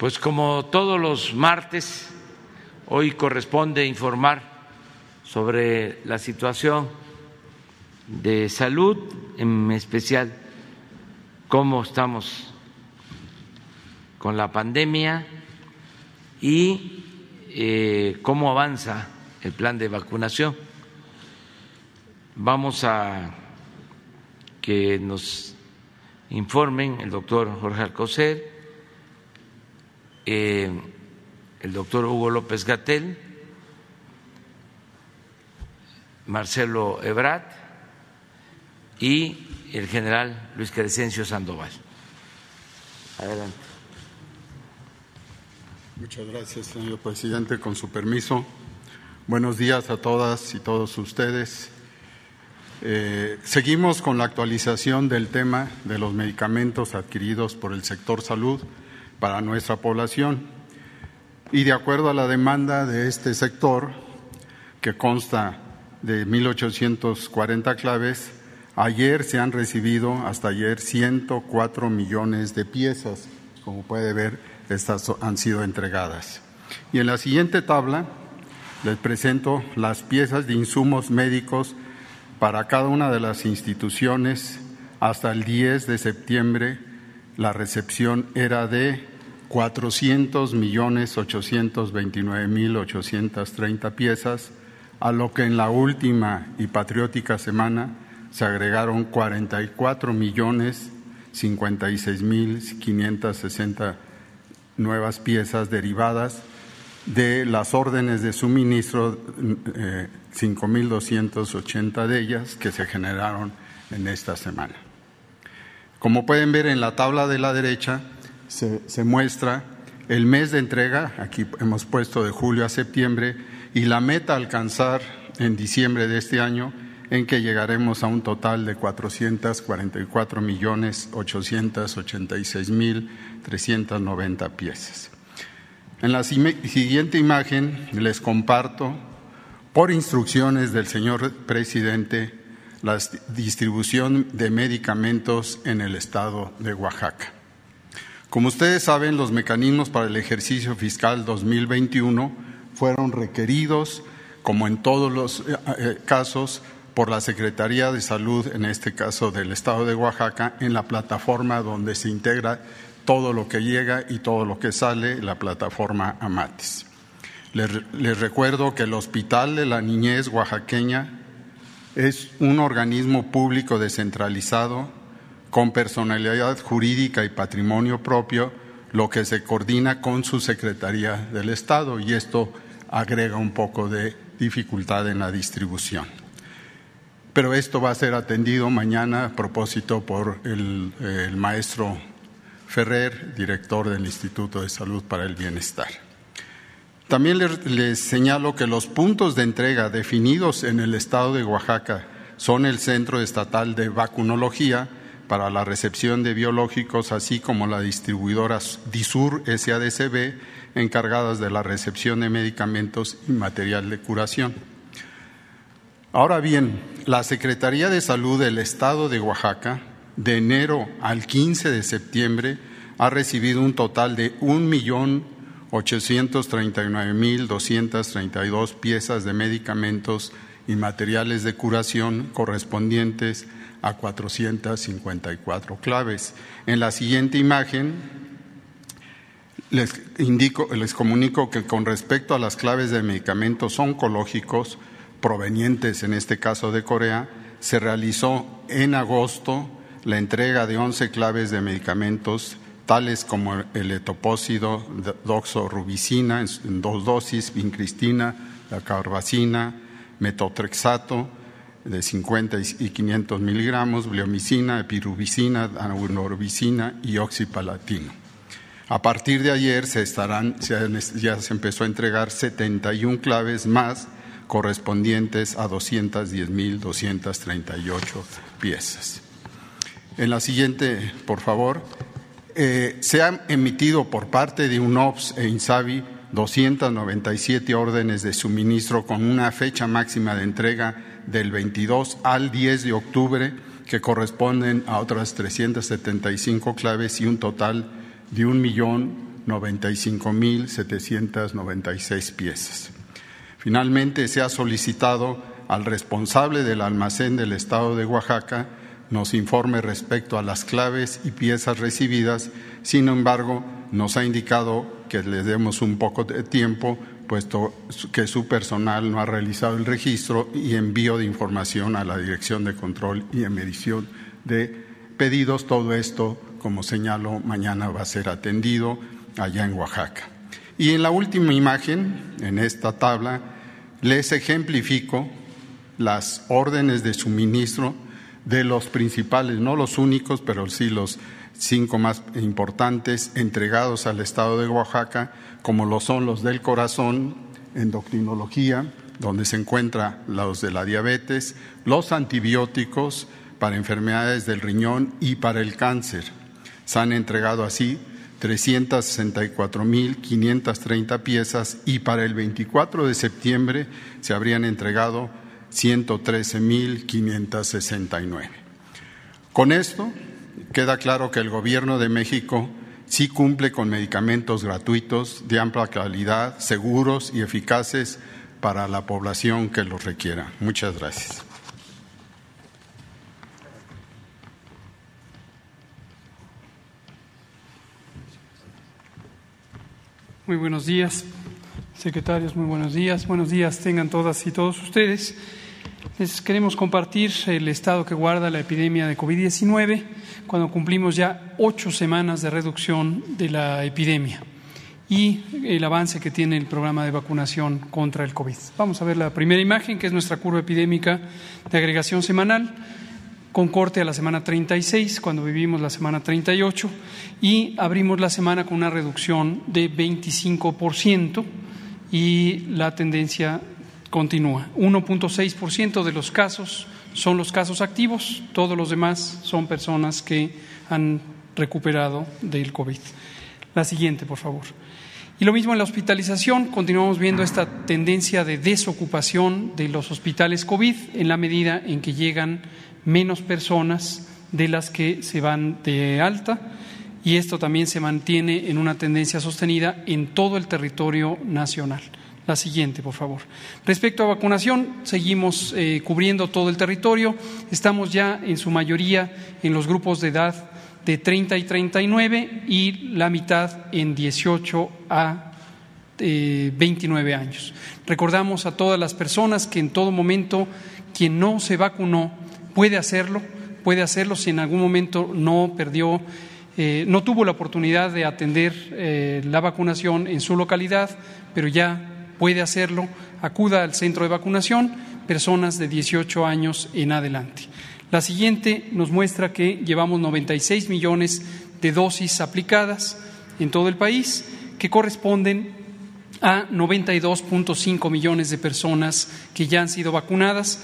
Pues como todos los martes, hoy corresponde informar sobre la situación de salud, en especial cómo estamos con la pandemia y cómo avanza el plan de vacunación. Vamos a que nos informen el doctor Jorge Alcocer, el doctor Hugo López-Gatell, Marcelo Ebrard y el general Luis Crescencio Sandoval. Adelante. Muchas gracias, señor presidente. Con su permiso, buenos días a todas y todos ustedes. Seguimos con la actualización del tema de los medicamentos adquiridos por el sector salud para nuestra población y de acuerdo a la demanda de este sector, que consta de 1,840 claves, ayer se han recibido, hasta ayer, 104 millones de piezas. Como puede ver, estas han sido entregadas. Y en la siguiente tabla les presento las piezas de insumos médicos para cada una de las instituciones. Hasta el 10 de septiembre la recepción era de 400.829.830 piezas, a lo que en la última y patriótica semana se agregaron 44.056.560 nuevas piezas derivadas de las órdenes de suministro, 5.280 de ellas que se generaron en esta semana. Como pueden ver en la tabla de la derecha, se muestra el mes de entrega, aquí hemos puesto de julio a septiembre, y la meta a alcanzar en diciembre de este año, en que llegaremos a un total de 444.886.390 piezas. En la siguiente imagen les comparto, por instrucciones del señor presidente, la distribución de medicamentos en el estado de Oaxaca. Como ustedes saben, los mecanismos para el ejercicio fiscal 2021 fueron requeridos, como en todos los casos, por la Secretaría de Salud, en este caso del estado de Oaxaca, en la plataforma donde se integra todo lo que llega y todo lo que sale, la plataforma AMATES. Les recuerdo que el Hospital de la Niñez Oaxaqueña es un organismo público descentralizado con personalidad jurídica y patrimonio propio, lo que se coordina con su Secretaría del Estado, y esto agrega un poco de dificultad en la distribución. Pero esto va a ser atendido mañana a propósito por el maestro Ferrer, director del Instituto de Salud para el Bienestar. También les señalo que los puntos de entrega definidos en el estado de Oaxaca son el Centro Estatal de Vacunología para la recepción de biológicos, así como la distribuidora DISUR SADCB, encargadas de la recepción de medicamentos y material de curación. Ahora bien, la Secretaría de Salud del Estado de Oaxaca, de enero al 15 de septiembre, ha recibido un total de 1.839.232 piezas de medicamentos y materiales de curación correspondientes a 454 claves. En la siguiente imagen les comunico que con respecto a las claves de medicamentos oncológicos provenientes, en este caso de Corea, se realizó en agosto la entrega de 11 claves de medicamentos tales como el etopósido, doxorubicina en 2 dosis, vincristina, la carbacina, metotrexato de 50 y 500 miligramos, bleomicina, epirubicina, daunorubicina y oxipalatino. A partir de ayer ya se empezó a entregar 71 claves más correspondientes a 210.238 piezas. En la siguiente, por favor. Se han emitido por parte de UNOPS e INSABI 297 órdenes de suministro con una fecha máxima de entrega del 22 al 10 de octubre, que corresponden a otras 375 claves y un total de 95.796 piezas. Finalmente, se ha solicitado al responsable del almacén del Estado de Oaxaca nos informe respecto a las claves y piezas recibidas. Sin embargo, nos ha indicado que le demos un poco de tiempo, puesto que su personal no ha realizado el registro y envío de información a la Dirección de Control y Medición de Pedidos. Todo esto, como señalo, mañana va a ser atendido allá en Oaxaca. Y en la última imagen, en esta tabla, les ejemplifico las órdenes de suministro de los principales, no los únicos, pero sí los 5 más importantes entregados al Estado de Oaxaca, como lo son los del corazón, endocrinología, donde se encuentran los de la diabetes, los antibióticos para enfermedades del riñón y para el cáncer. Se han entregado así 364.530 piezas y para el 24 de septiembre se habrían entregado 113.569. Con esto queda claro que el Gobierno de México sí cumple con medicamentos gratuitos de amplia calidad, seguros y eficaces para la población que los requiera. Muchas gracias. Muy buenos días, secretarios, muy buenos días. Buenos días tengan todas y todos ustedes. Les queremos compartir el estado que guarda la epidemia de COVID-19 cuando cumplimos ya 8 semanas de reducción de la epidemia y el avance que tiene el programa de vacunación contra el COVID. Vamos a ver la primera imagen, que es nuestra curva epidémica de agregación semanal, con corte a la semana 36, cuando vivimos la semana 38, y abrimos la semana con una reducción de 25% y la tendencia continúa. 1.6% de los casos son los casos activos, todos los demás son personas que han recuperado del COVID. La siguiente, por favor. Y lo mismo en la hospitalización, continuamos viendo esta tendencia de desocupación de los hospitales COVID en la medida en que llegan menos personas de las que se van de alta, y esto también se mantiene en una tendencia sostenida en todo el territorio nacional. La siguiente, por favor. Respecto a vacunación, seguimos cubriendo todo el territorio. Estamos ya en su mayoría en los grupos de edad de 30 y 39 y la mitad en 18 a 29 años. Recordamos a todas las personas que en todo momento quien no se vacunó puede hacerlo si en algún momento no tuvo la oportunidad de atender la vacunación en su localidad, pero ya puede hacerlo. Acuda al centro de vacunación, personas de 18 años en adelante. La siguiente nos muestra que llevamos 96 millones de dosis aplicadas en todo el país, que corresponden a 92.5 millones de personas que ya han sido vacunadas,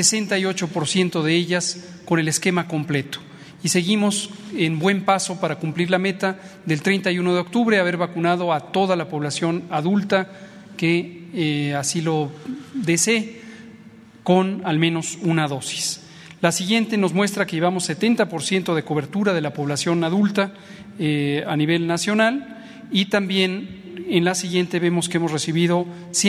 68% de ellas con el esquema completo. Y seguimos en buen paso para cumplir la meta del 31 de octubre, haber vacunado a toda la población adulta que así lo desee, con al menos una dosis. La siguiente nos muestra que llevamos 70% de cobertura de la población adulta a nivel nacional, y también en la siguiente vemos que hemos recibido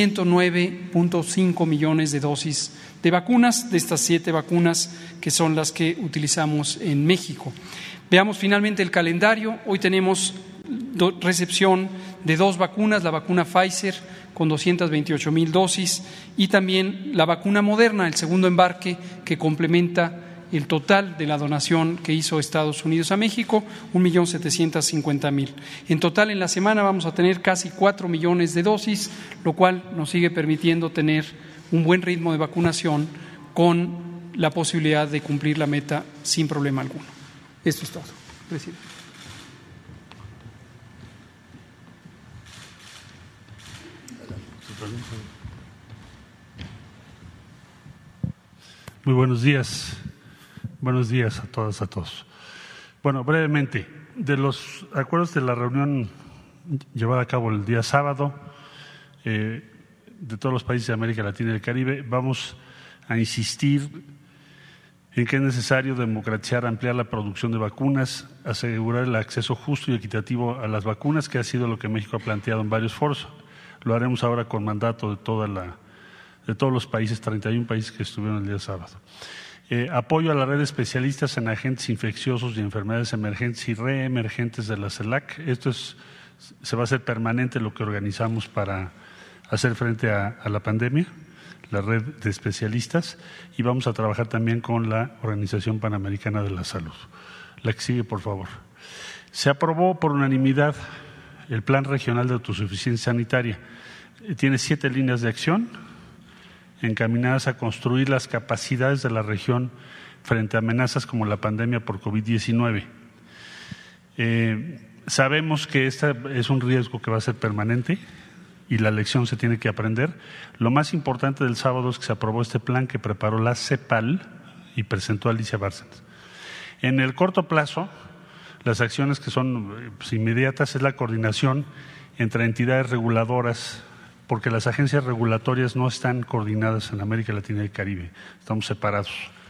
109.5 millones de dosis de vacunas, de estas 7 vacunas que son las que utilizamos en México. Veamos finalmente el calendario. Hoy tenemos recepción de 2 vacunas, la vacuna Pfizer con 228,000 dosis y también la vacuna Moderna, el segundo embarque, que complementa el total de la donación que hizo Estados Unidos a México, 1.750.000. En total, en la semana vamos a tener casi 4 millones de dosis, lo cual nos sigue permitiendo tener un buen ritmo de vacunación con la posibilidad de cumplir la meta sin problema alguno. Esto es todo, presidente. Muy buenos días. Buenos días a todas, a todos. Bueno, brevemente, de los acuerdos de la reunión llevada a cabo el día sábado de todos los países de América Latina y del Caribe, vamos a insistir en que es necesario democratizar, ampliar la producción de vacunas, asegurar el acceso justo y equitativo a las vacunas, que ha sido lo que México ha planteado en varios foros. Lo haremos ahora con mandato de todos los países, 31 países que estuvieron el día sábado. Apoyo a la red de especialistas en agentes infecciosos y enfermedades emergentes y reemergentes de la CELAC. Esto se va a hacer permanente lo que organizamos para hacer frente a la pandemia, la red de especialistas, y vamos a trabajar también con la Organización Panamericana de la Salud. La que sigue, por favor. Se aprobó por unanimidad el Plan Regional de Autosuficiencia Sanitaria. Tiene 7 líneas de acción encaminadas a construir las capacidades de la región frente a amenazas como la pandemia por COVID-19. Sabemos que este es un riesgo que va a ser permanente y la lección se tiene que aprender. Lo más importante del sábado es que se aprobó este plan que preparó la CEPAL y presentó Alicia Bárcenas. En el corto plazo, las acciones que son inmediatas es la coordinación entre entidades reguladoras, porque las agencias regulatorias no están coordinadas en América Latina y el Caribe, estamos separados.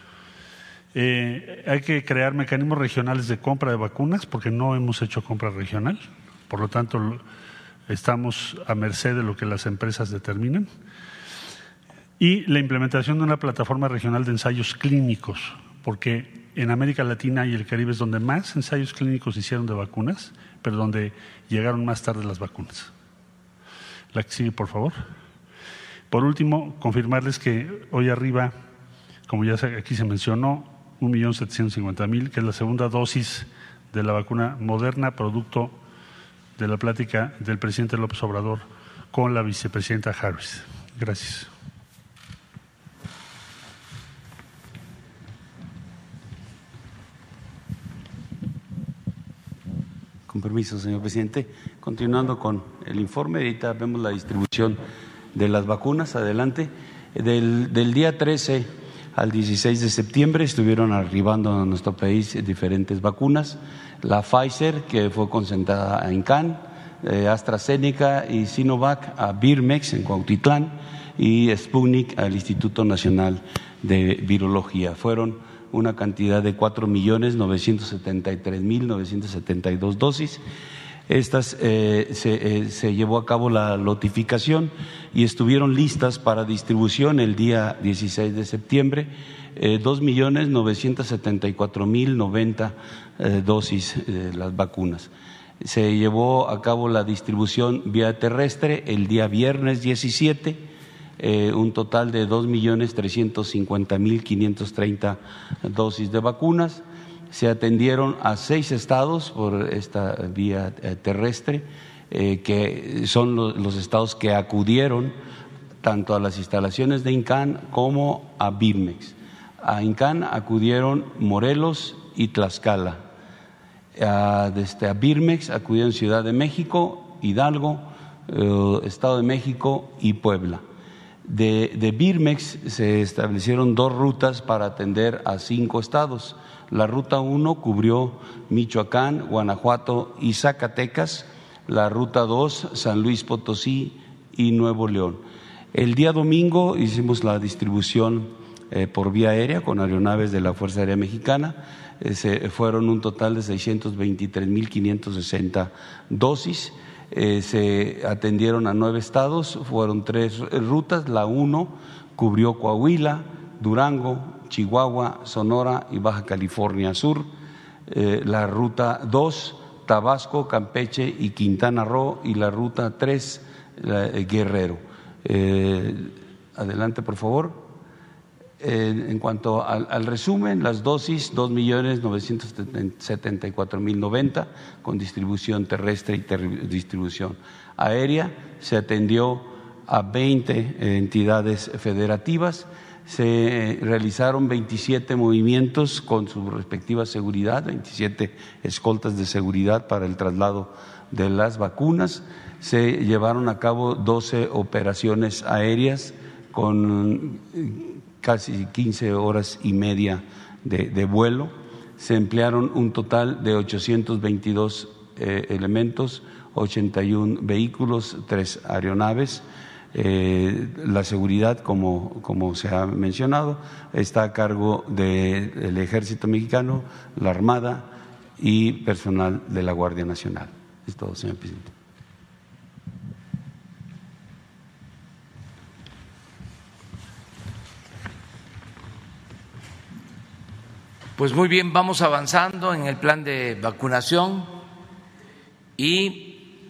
Hay que crear mecanismos regionales de compra de vacunas, porque no hemos hecho compra regional, por lo tanto estamos a merced de lo que las empresas determinen. Y la implementación de una plataforma regional de ensayos clínicos, porque en América Latina y el Caribe es donde más ensayos clínicos hicieron de vacunas, pero donde llegaron más tarde las vacunas. La que sigue, por favor. Por último, confirmarles que hoy arriba, como ya aquí se mencionó, 1.750.000, que es la segunda dosis de la vacuna Moderna, producto de la plática del presidente López Obrador con la vicepresidenta Harris. Gracias. Con permiso, señor presidente. Continuando con el informe, ahorita vemos la distribución de las vacunas. Adelante. Del día 13 al 16 de septiembre estuvieron arribando a nuestro país diferentes vacunas. La Pfizer, que fue concentrada en Can, AstraZeneca y Sinovac a Birmex en Cuautitlán y Sputnik al Instituto Nacional de Virología. Fueron una cantidad de 4.973.972 dosis. Estas se llevó a cabo la notificación y estuvieron listas para distribución el día 16 de septiembre, 2.974.090 dosis de las vacunas. Se llevó a cabo la distribución vía terrestre el día viernes 17, un total de 2.350.530 dosis de vacunas. Se atendieron a 6 estados por esta vía terrestre, que son los estados que acudieron tanto a las instalaciones de INCAN como a Birmex. A INCAN acudieron Morelos y Tlaxcala. A Birmex acudieron Ciudad de México, Hidalgo, Estado de México y Puebla. De Birmex se establecieron 2 rutas para atender a 5 estados. La ruta 1 cubrió Michoacán, Guanajuato y Zacatecas. La ruta 2, San Luis Potosí y Nuevo León. El día domingo hicimos la distribución por vía aérea con aeronaves de la Fuerza Aérea Mexicana. Fueron un total de 623.560 dosis. Se atendieron a 9 estados, fueron 3 rutas. La 1 cubrió Coahuila, Durango, Chihuahua, Sonora y Baja California Sur. La ruta 2, Tabasco, Campeche y Quintana Roo, y la ruta 3, Guerrero. Adelante, por favor. En cuanto al resumen, las dosis, 2.974.090 con distribución terrestre y distribución aérea. Se atendió a 20 entidades federativas. Se realizaron 27 movimientos con su respectiva seguridad, 27 escoltas de seguridad para el traslado de las vacunas. Se llevaron a cabo 12 operaciones aéreas con casi 15 horas y media de vuelo. Se emplearon un total de 822 elementos, 81 vehículos, 3 aeronaves. La seguridad, como se ha mencionado, está a cargo del Ejército Mexicano, la Armada y personal de la Guardia Nacional. Es todo, señor presidente. Pues muy bien, vamos avanzando en el plan de vacunación y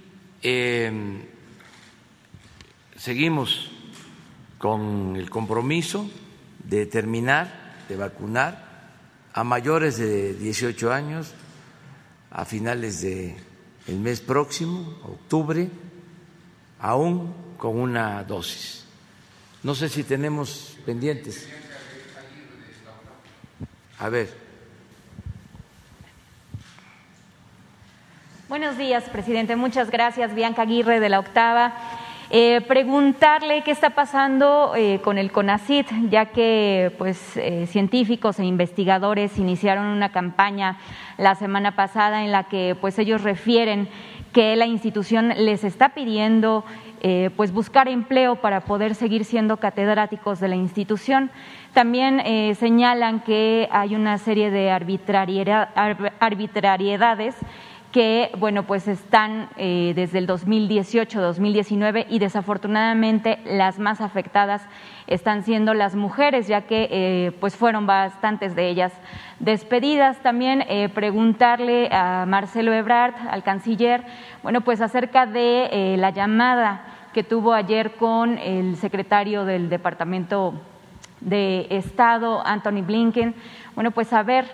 seguimos con el compromiso de terminar de vacunar a mayores de 18 años a finales del mes próximo, octubre, aún con una dosis. No sé si tenemos pendientes. A ver. Buenos días, presidente. Muchas gracias. Bianca Aguirre, de la Octava. Preguntarle qué está pasando con el CONACYT, ya que científicos e investigadores iniciaron una campaña la semana pasada en la que ellos refieren que la institución les está pidiendo buscar empleo para poder seguir siendo catedráticos de la institución. También señalan que hay una serie de arbitrariedades que están desde el 2018-2019 y desafortunadamente las más afectadas están siendo las mujeres, ya que fueron bastantes de ellas despedidas. También preguntarle a Marcelo Ebrard, al canciller, acerca de la llamada que tuvo ayer con el secretario del Departamento de Estado, Anthony Blinken, saber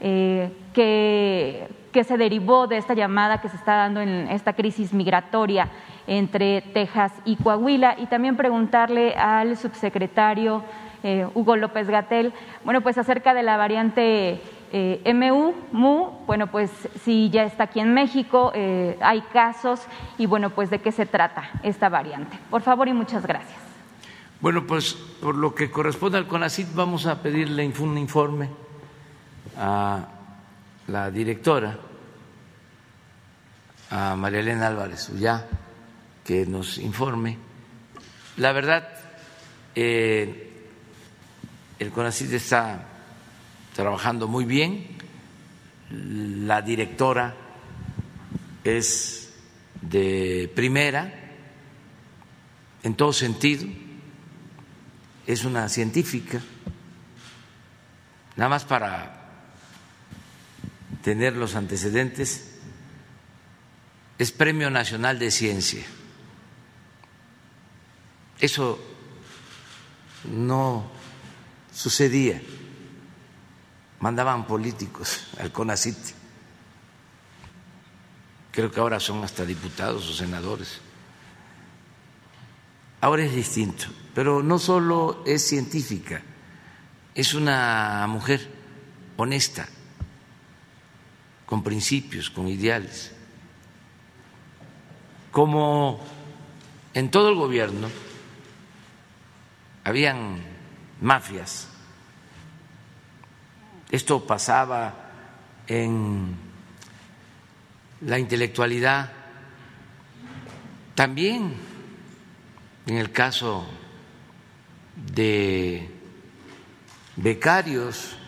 qué se derivó de esta llamada que se está dando en esta crisis migratoria entre Texas y Coahuila, y también preguntarle al subsecretario Hugo López-Gatell, acerca de la variante MU, si ya está aquí en México, hay casos y de qué se trata esta variante. Por favor y muchas gracias. Bueno, pues por lo que corresponde al CONACYT vamos a pedirle un informe a la directora, a María Elena Álvarez Ullá, que nos informe. La verdad, el CONACYT está trabajando muy bien, la directora es de primera en todo sentido, es una científica, nada más para tener los antecedentes, es Premio Nacional de Ciencia. Eso no sucedía, mandaban políticos al CONACYT, creo que ahora son hasta diputados o senadores. Ahora es distinto, pero no solo es científica, es una mujer honesta, con principios, con ideales. Como en todo el gobierno habían mafias, esto pasaba en la intelectualidad, también en el caso de becarios,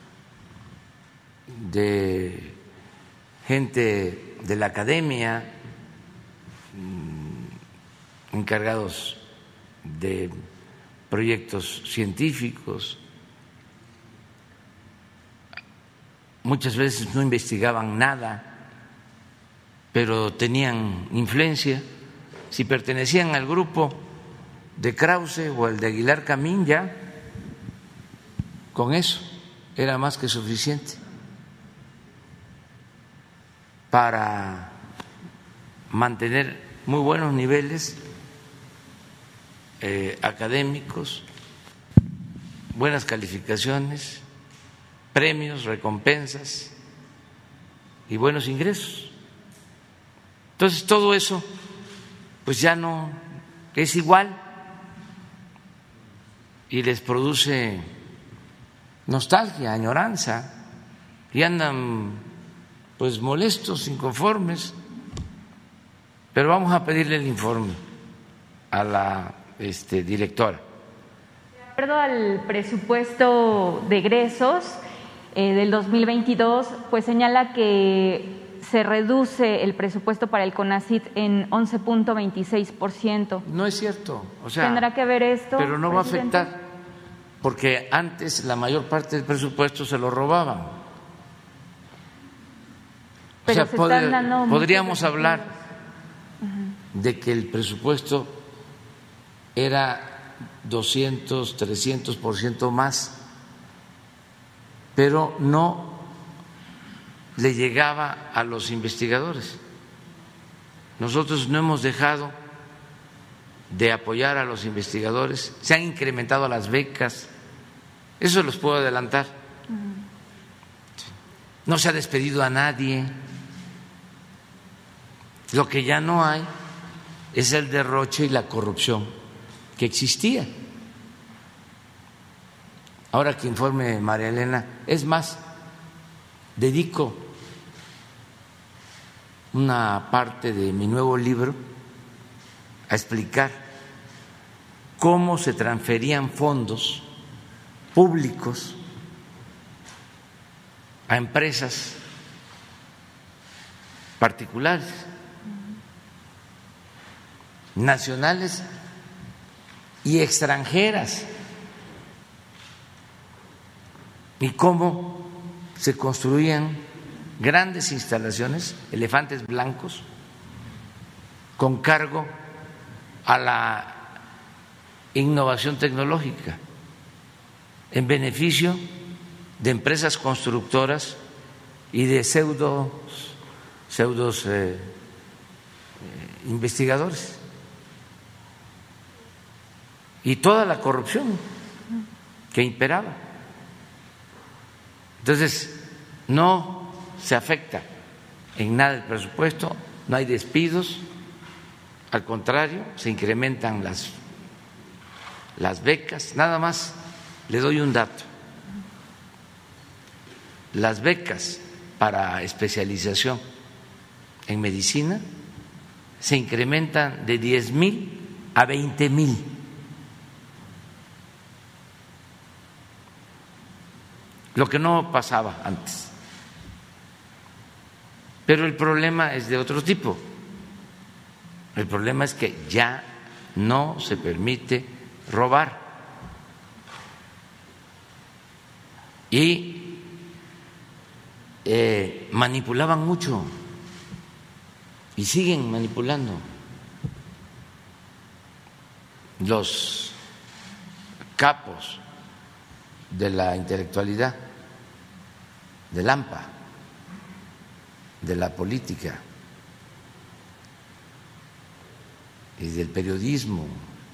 de gente de la academia, encargados de proyectos científicos. Muchas veces no investigaban nada, pero tenían influencia. Si pertenecían al grupo de Krause o al de Aguilar Camín, ya con eso era más que suficiente para mantener muy buenos niveles académicos, buenas calificaciones, premios, recompensas y buenos ingresos. Entonces todo eso pues ya no es igual y les produce nostalgia, añoranza, y andan pues molestos, inconformes. Pero vamos a pedirle el informe a la directora. De acuerdo al presupuesto de egresos del 2022, pues señala que se reduce el presupuesto para el CONACYT en 11.26%. No es cierto. O sea, ¿tendrá que ver esto? Pero no va a presidente? afectar, porque antes la mayor parte del presupuesto se lo robaban. Pero o sea, se están dando podríamos muchos hablar de que el presupuesto era 200, 300% más, pero no le llegaba a los investigadores. Nosotros no hemos dejado de apoyar a los investigadores, se han incrementado las becas, eso los puedo adelantar. No se ha despedido a nadie. Lo que ya no hay es el derroche y la corrupción que existía. Ahora que informe María Elena, es más, dedico una parte de mi nuevo libro a explicar cómo se transferían fondos públicos a empresas particulares, nacionales y extranjeras, y cómo se construían grandes instalaciones, elefantes blancos, con cargo a la innovación tecnológica, en beneficio de empresas constructoras y de pseudos investigadores, y toda la corrupción que imperaba. Entonces, no se afecta en nada el presupuesto, no hay despidos, al contrario, se incrementan las becas. Nada más le doy un dato: las becas para especialización en medicina se incrementan de 10,000 a 20,000. Lo que no pasaba antes. Pero el problema es de otro tipo. El problema es que ya no se permite robar. Y manipulaban mucho y siguen manipulando. Los capos de la intelectualidad, del AMPA, de la política y del periodismo.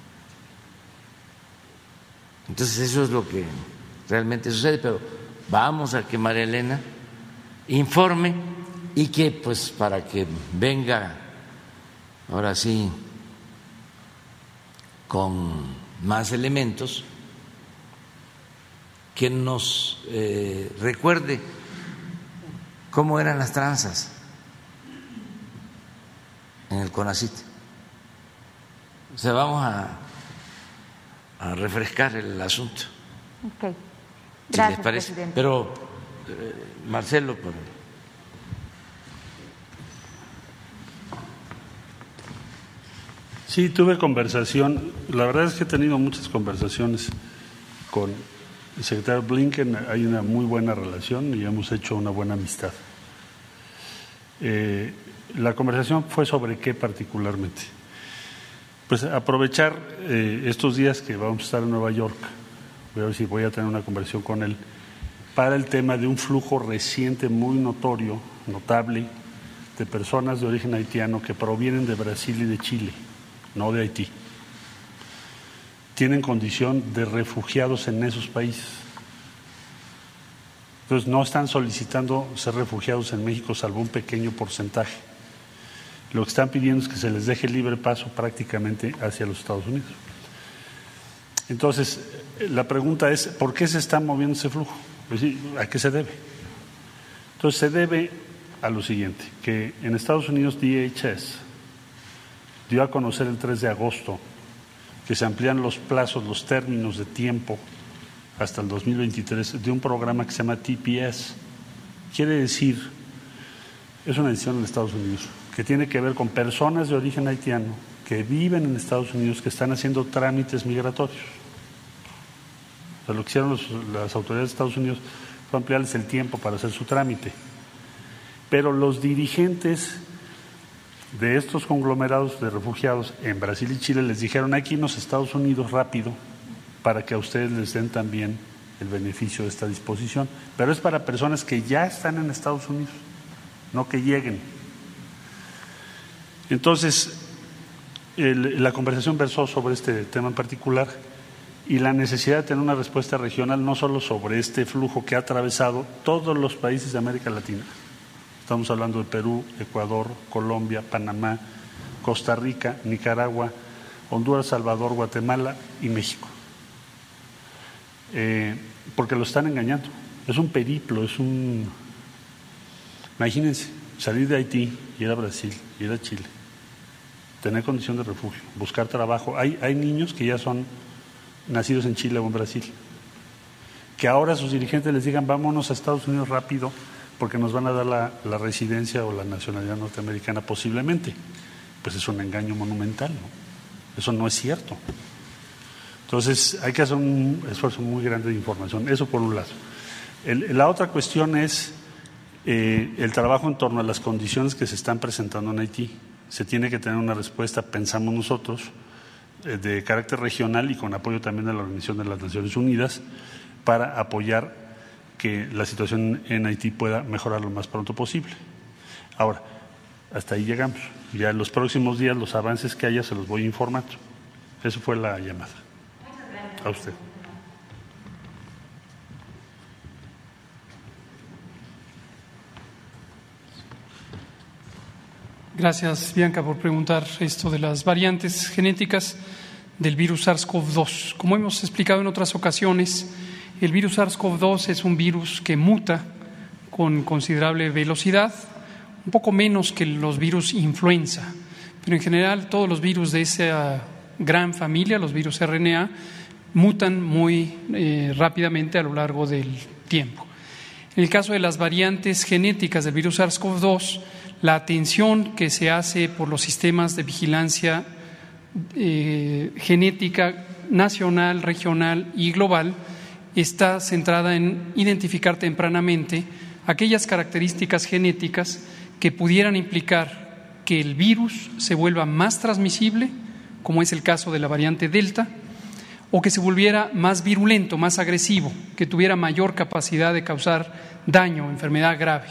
Entonces eso es lo que realmente sucede, pero vamos a que María Elena informe y que pues para que venga ahora sí con más elementos, que nos recuerde cómo eran las tranzas en el CONACYT. O sea, vamos a refrescar el asunto. Okay. Gracias, si les parece. presidente. Pero, Marcelo, Sí, tuve conversación. La verdad es que he tenido muchas conversaciones con el secretario Blinken. Hay una muy buena relación y hemos hecho una buena amistad. La conversación fue sobre qué particularmente. Pues aprovechar estos días que vamos a estar en Nueva York, voy a ver si voy a tener una conversación con él, para el tema de un flujo reciente muy notorio, notable, de personas de origen haitiano que provienen de Brasil y de Chile, no de Haití. Tienen condición de refugiados en esos países. Entonces no están solicitando ser refugiados en México, salvo un pequeño porcentaje. Lo que están pidiendo es que se les deje libre paso prácticamente hacia los Estados Unidos. Entonces, la pregunta es, ¿por qué se está moviendo ese flujo? Es decir, ¿a qué se debe? Entonces, se debe a lo siguiente, que en Estados Unidos DHS dio a conocer el 3 de agosto que se amplían los plazos, los términos de tiempo hasta el 2023 de un programa que se llama TPS. Quiere decir, es una decisión en Estados Unidos, que tiene que ver con personas de origen haitiano que viven en Estados Unidos, que están haciendo trámites migratorios. O sea, lo que hicieron las autoridades de Estados Unidos fue ampliarles el tiempo para hacer su trámite. Pero los dirigentes de estos conglomerados de refugiados en Brasil y Chile les dijeron: hay que irnos a Estados Unidos rápido para que a ustedes les den también el beneficio de esta disposición. Pero es para personas que ya están en Estados Unidos, no que lleguen. Entonces, la conversación versó sobre este tema en particular y la necesidad de tener una respuesta regional no solo sobre este flujo que ha atravesado todos los países de América Latina. Estamos hablando de Perú, Ecuador, Colombia, Panamá, Costa Rica, Nicaragua, Honduras, Salvador, Guatemala y México. Porque lo están engañando. Es un periplo, imagínense, salir de Haití, ir a Brasil, ir a Chile, tener condición de refugio, buscar trabajo. Hay niños que ya son nacidos en Chile o en Brasil, que ahora sus dirigentes les digan: vámonos a Estados Unidos rápido porque nos van a dar la residencia o la nacionalidad norteamericana posiblemente. Pues es un engaño monumental, ¿no? Eso no es cierto. Entonces hay que hacer un esfuerzo muy grande de información, eso por un lado. La otra cuestión es el trabajo en torno a las condiciones que se están presentando en Haití. Se tiene que tener una respuesta, pensamos nosotros, de carácter regional y con apoyo también de la Organización de las Naciones Unidas para apoyar que la situación en Haití pueda mejorar lo más pronto posible. Ahora, hasta ahí llegamos. Ya en los próximos días los avances que haya se los voy informando. Eso fue la llamada. A usted. Gracias, Bianca, por preguntar esto de las variantes genéticas del virus SARS-CoV-2. Como hemos explicado en otras ocasiones, el virus SARS-CoV-2 es un virus que muta con considerable velocidad, un poco menos que los virus influenza, pero en general todos los virus de esa gran familia, los virus RNA, mutan muy rápidamente a lo largo del tiempo. En el caso de las variantes genéticas del virus SARS-CoV-2, la atención que se hace por los sistemas de vigilancia genética nacional, regional y global está centrada en identificar tempranamente aquellas características genéticas que pudieran implicar que el virus se vuelva más transmisible, como es el caso de la variante Delta, o que se volviera más virulento, más agresivo, que tuviera mayor capacidad de causar daño, enfermedad grave.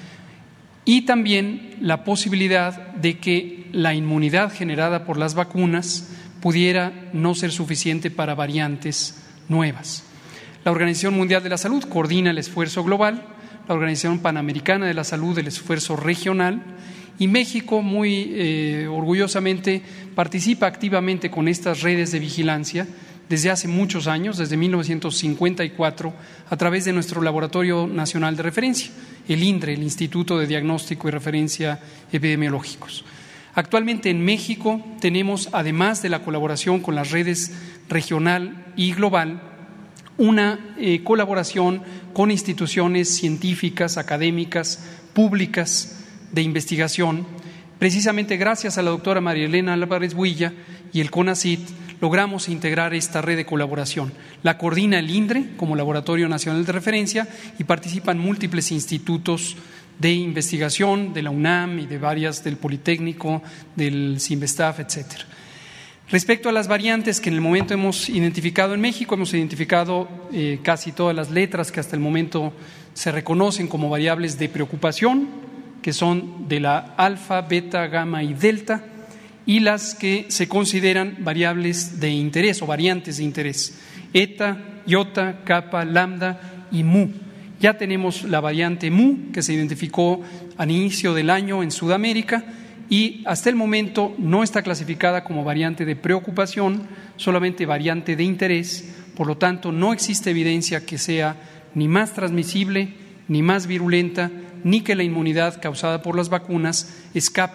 Y también la posibilidad de que la inmunidad generada por las vacunas pudiera no ser suficiente para variantes nuevas. La Organización Mundial de la Salud coordina el esfuerzo global, la Organización Panamericana de la Salud el esfuerzo regional, y México muy orgullosamente participa activamente con estas redes de vigilancia desde hace muchos años, desde 1954, a través de nuestro Laboratorio Nacional de Referencia, el INDRE, el Instituto de Diagnóstico y Referencia Epidemiológicos. Actualmente en México tenemos, además de la colaboración con las redes regional y global, una colaboración con instituciones científicas, académicas, públicas de investigación. Precisamente gracias a la doctora María Elena Álvarez Builla y el CONACYT logramos integrar esta red de colaboración. La coordina el INDRE como Laboratorio Nacional de Referencia y participan múltiples institutos de investigación de la UNAM y de varias del Politécnico, del CIMBESTAF, etcétera. Respecto a las variantes que en el momento hemos identificado en México, hemos identificado casi todas las letras que hasta el momento se reconocen como variables de preocupación, que son de la alfa, beta, gamma y delta, y las que se consideran variables de interés o variantes de interés, eta, iota, kappa, lambda y mu. Ya tenemos la variante mu, que se identificó al inicio del año en Sudamérica y hasta el momento no está clasificada como variante de preocupación, solamente variante de interés, por lo tanto no existe evidencia que sea ni más transmisible, ni más virulenta, ni que la inmunidad causada por las vacunas escape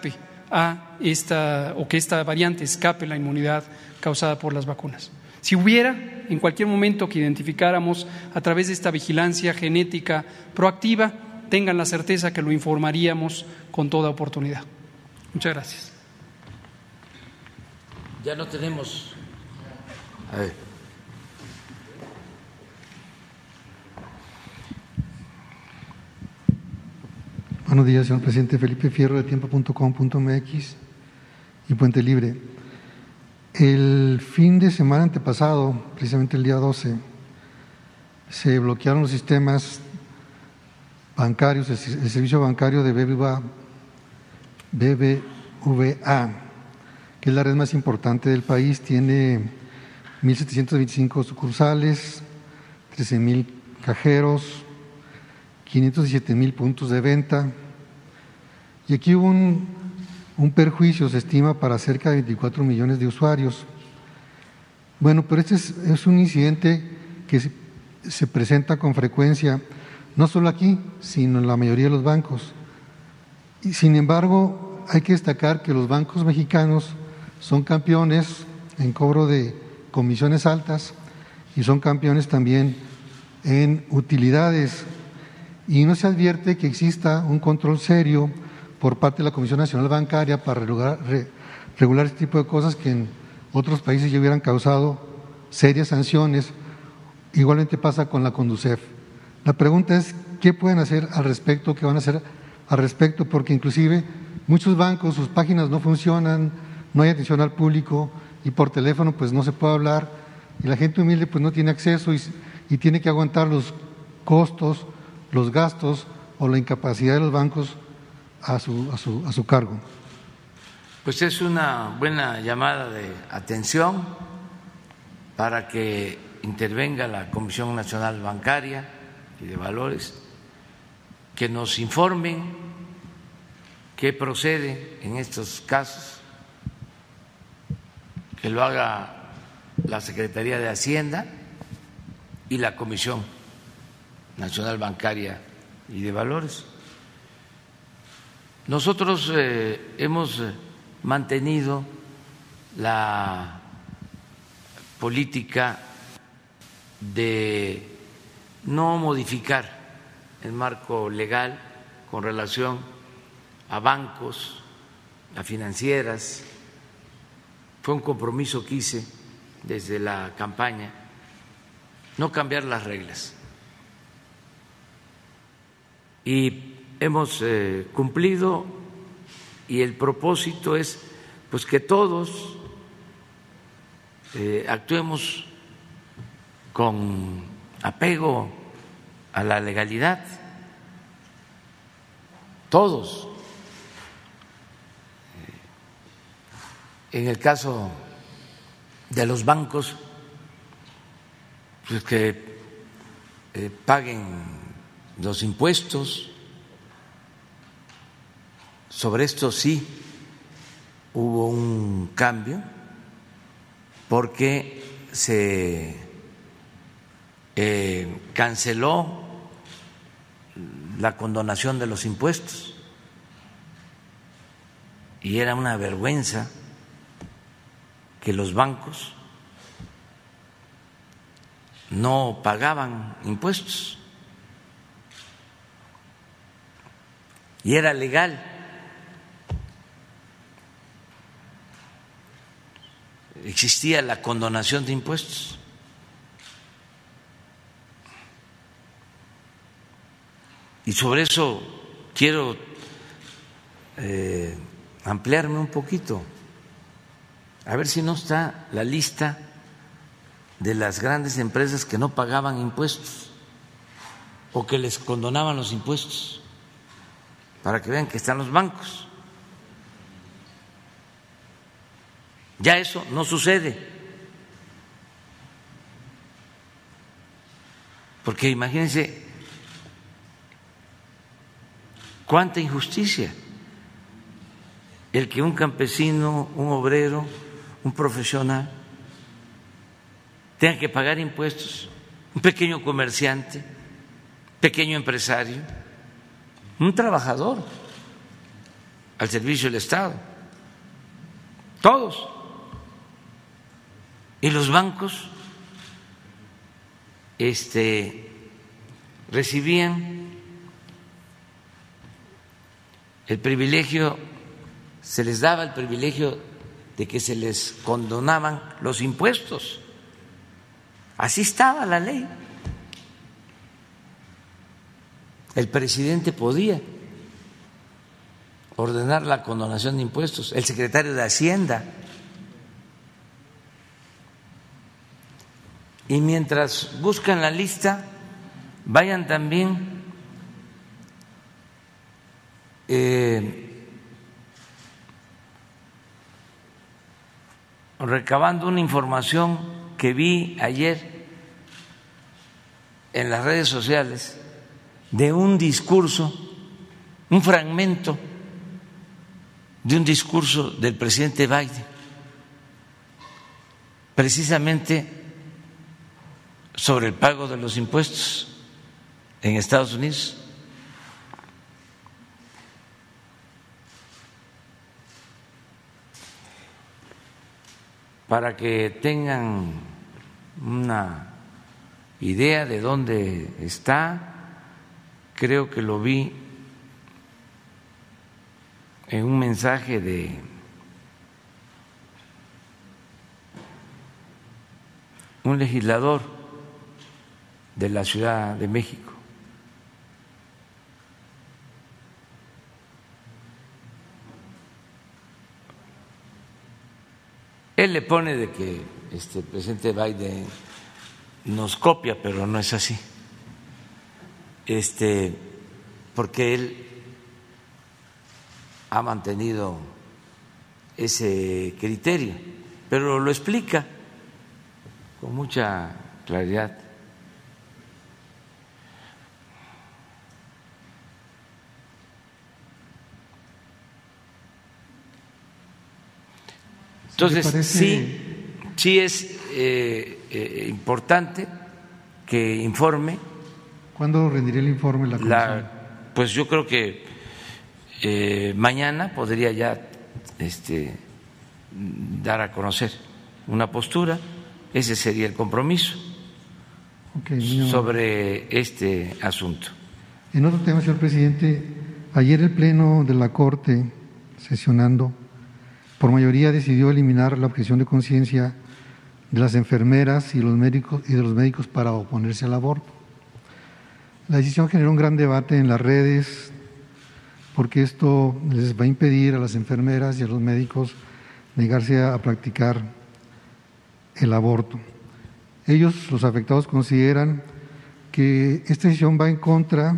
a que esta variante escape la inmunidad causada por las vacunas. Si hubiera en cualquier momento que identificáramos a través de esta vigilancia genética proactiva, tengan la certeza que lo informaríamos con toda oportunidad. Muchas gracias. Ya no tenemos. A ver. Buenos días, señor presidente. Felipe Fierro, de tiempo.com.mx y Puente Libre. El fin de semana antepasado, precisamente el día 12, se bloquearon los sistemas bancarios, el servicio bancario de BBVA, que es la red más importante del país. Tiene 1.725 sucursales, 13,000 cajeros, 517,000 puntos de venta. Y aquí hubo un perjuicio, se estima, para cerca de 24 millones de usuarios. Bueno, pero este es un incidente que se presenta con frecuencia, no solo aquí, sino en la mayoría de los bancos. Y sin embargo, hay que destacar que los bancos mexicanos son campeones en cobro de comisiones altas y son campeones también en utilidades. Y no se advierte que exista un control serio por parte de la Comisión Nacional Bancaria para regular este tipo de cosas que en otros países ya hubieran causado serias sanciones. Igualmente pasa con la Conducef. La pregunta es, ¿qué pueden hacer al respecto? ¿Qué van a hacer al respecto? Porque inclusive muchos bancos, sus páginas no funcionan, no hay atención al público y por teléfono pues no se puede hablar y la gente humilde pues no tiene acceso y tiene que aguantar los costos, los gastos o la incapacidad de los bancos a su cargo. Pues es una buena llamada de atención para que intervenga la Comisión Nacional Bancaria y de Valores, que nos informen qué procede en estos casos, que lo haga la Secretaría de Hacienda y la Comisión Nacional Bancaria y de Valores. Nosotros hemos mantenido la política de no modificar el marco legal con relación a bancos, a financieras. Fue un compromiso que hice desde la campaña, no cambiar las reglas. Y hemos cumplido, y el propósito es pues que todos actuemos con apego a la legalidad, todos. En el caso de los bancos, pues que paguen los impuestos. Sobre esto sí hubo un cambio porque se canceló la condonación de los impuestos y era una vergüenza que los bancos no pagaban impuestos y era legal. Existía la condonación de impuestos. Y sobre eso quiero ampliarme un poquito, a ver si no está la lista de las grandes empresas que no pagaban impuestos o que les condonaban los impuestos, para que vean que están los bancos. Ya eso no sucede, porque imagínense cuánta injusticia el que un campesino, un obrero, un profesional tenga que pagar impuestos, un pequeño comerciante, pequeño empresario, un trabajador al servicio del Estado. todos. Y los bancos recibían el privilegio, se les daba el privilegio de que se les condonaban los impuestos. Así estaba la ley. El presidente podía ordenar la condonación de impuestos, el secretario de Hacienda. Y mientras buscan la lista, vayan también recabando una información que vi ayer en las redes sociales de un discurso, un fragmento de un discurso del presidente Biden, precisamente sobre el pago de los impuestos en Estados Unidos. Para que tengan una idea de dónde está, creo que lo vi en un mensaje de un legislador de la Ciudad de México. Él le pone de que el presidente Biden nos copia, pero no es así. Porque él ha mantenido ese criterio, pero lo explica con mucha claridad. Entonces, sí es importante que informe. ¿Cuándo rendirá el informe la comisión? Pues yo creo que mañana podría ya dar a conocer una postura. Ese sería el compromiso sobre este asunto. En otro tema, señor presidente, ayer el Pleno de la Corte, sesionando, por mayoría decidió eliminar la objeción de conciencia de las enfermeras y de los médicos para oponerse al aborto. La decisión generó un gran debate en las redes porque esto les va a impedir a las enfermeras y a los médicos negarse a practicar el aborto. Ellos, los afectados, consideran que esta decisión va en contra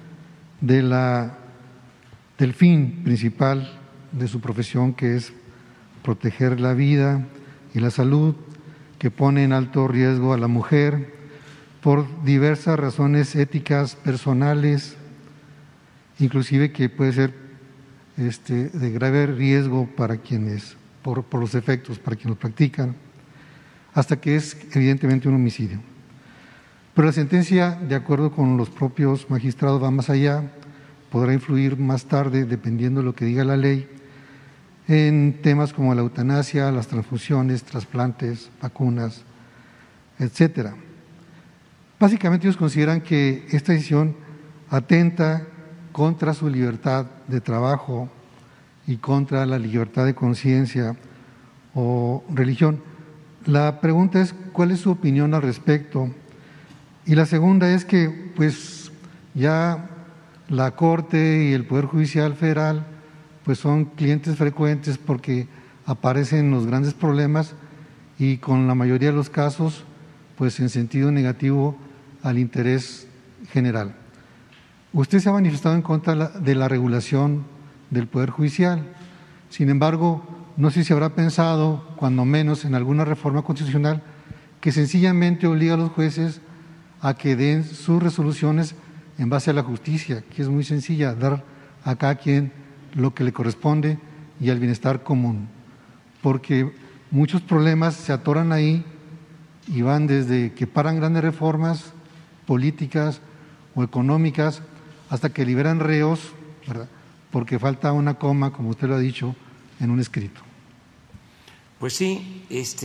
del fin principal de su profesión, que es proteger la vida y la salud, que pone en alto riesgo a la mujer por diversas razones éticas, personales, inclusive que puede ser de grave riesgo para quienes, por los efectos, para quienes lo practican, hasta que es evidentemente un homicidio. Pero la sentencia, de acuerdo con los propios magistrados, va más allá, podrá influir más tarde, dependiendo de lo que diga la ley, en temas como la eutanasia, las transfusiones, trasplantes, vacunas, etcétera. Básicamente ellos consideran que esta decisión atenta contra su libertad de trabajo y contra la libertad de conciencia o religión. La pregunta es, ¿cuál es su opinión al respecto? Y la segunda es que, pues, ya la Corte y el Poder Judicial Federal pues son clientes frecuentes porque aparecen los grandes problemas y con la mayoría de los casos pues en sentido negativo al interés general. Usted se ha manifestado en contra de la regulación del Poder Judicial. Sin embargo, no sé si habrá pensado, cuando menos en alguna reforma constitucional, que sencillamente obliga a los jueces a que den sus resoluciones en base a la justicia, que es muy sencilla, dar a cada quien lo que le corresponde y al bienestar común, porque muchos problemas se atoran ahí y van desde que paran grandes reformas políticas o económicas hasta que liberan reos, ¿verdad?, porque falta una coma, como usted lo ha dicho, en un escrito. Pues sí,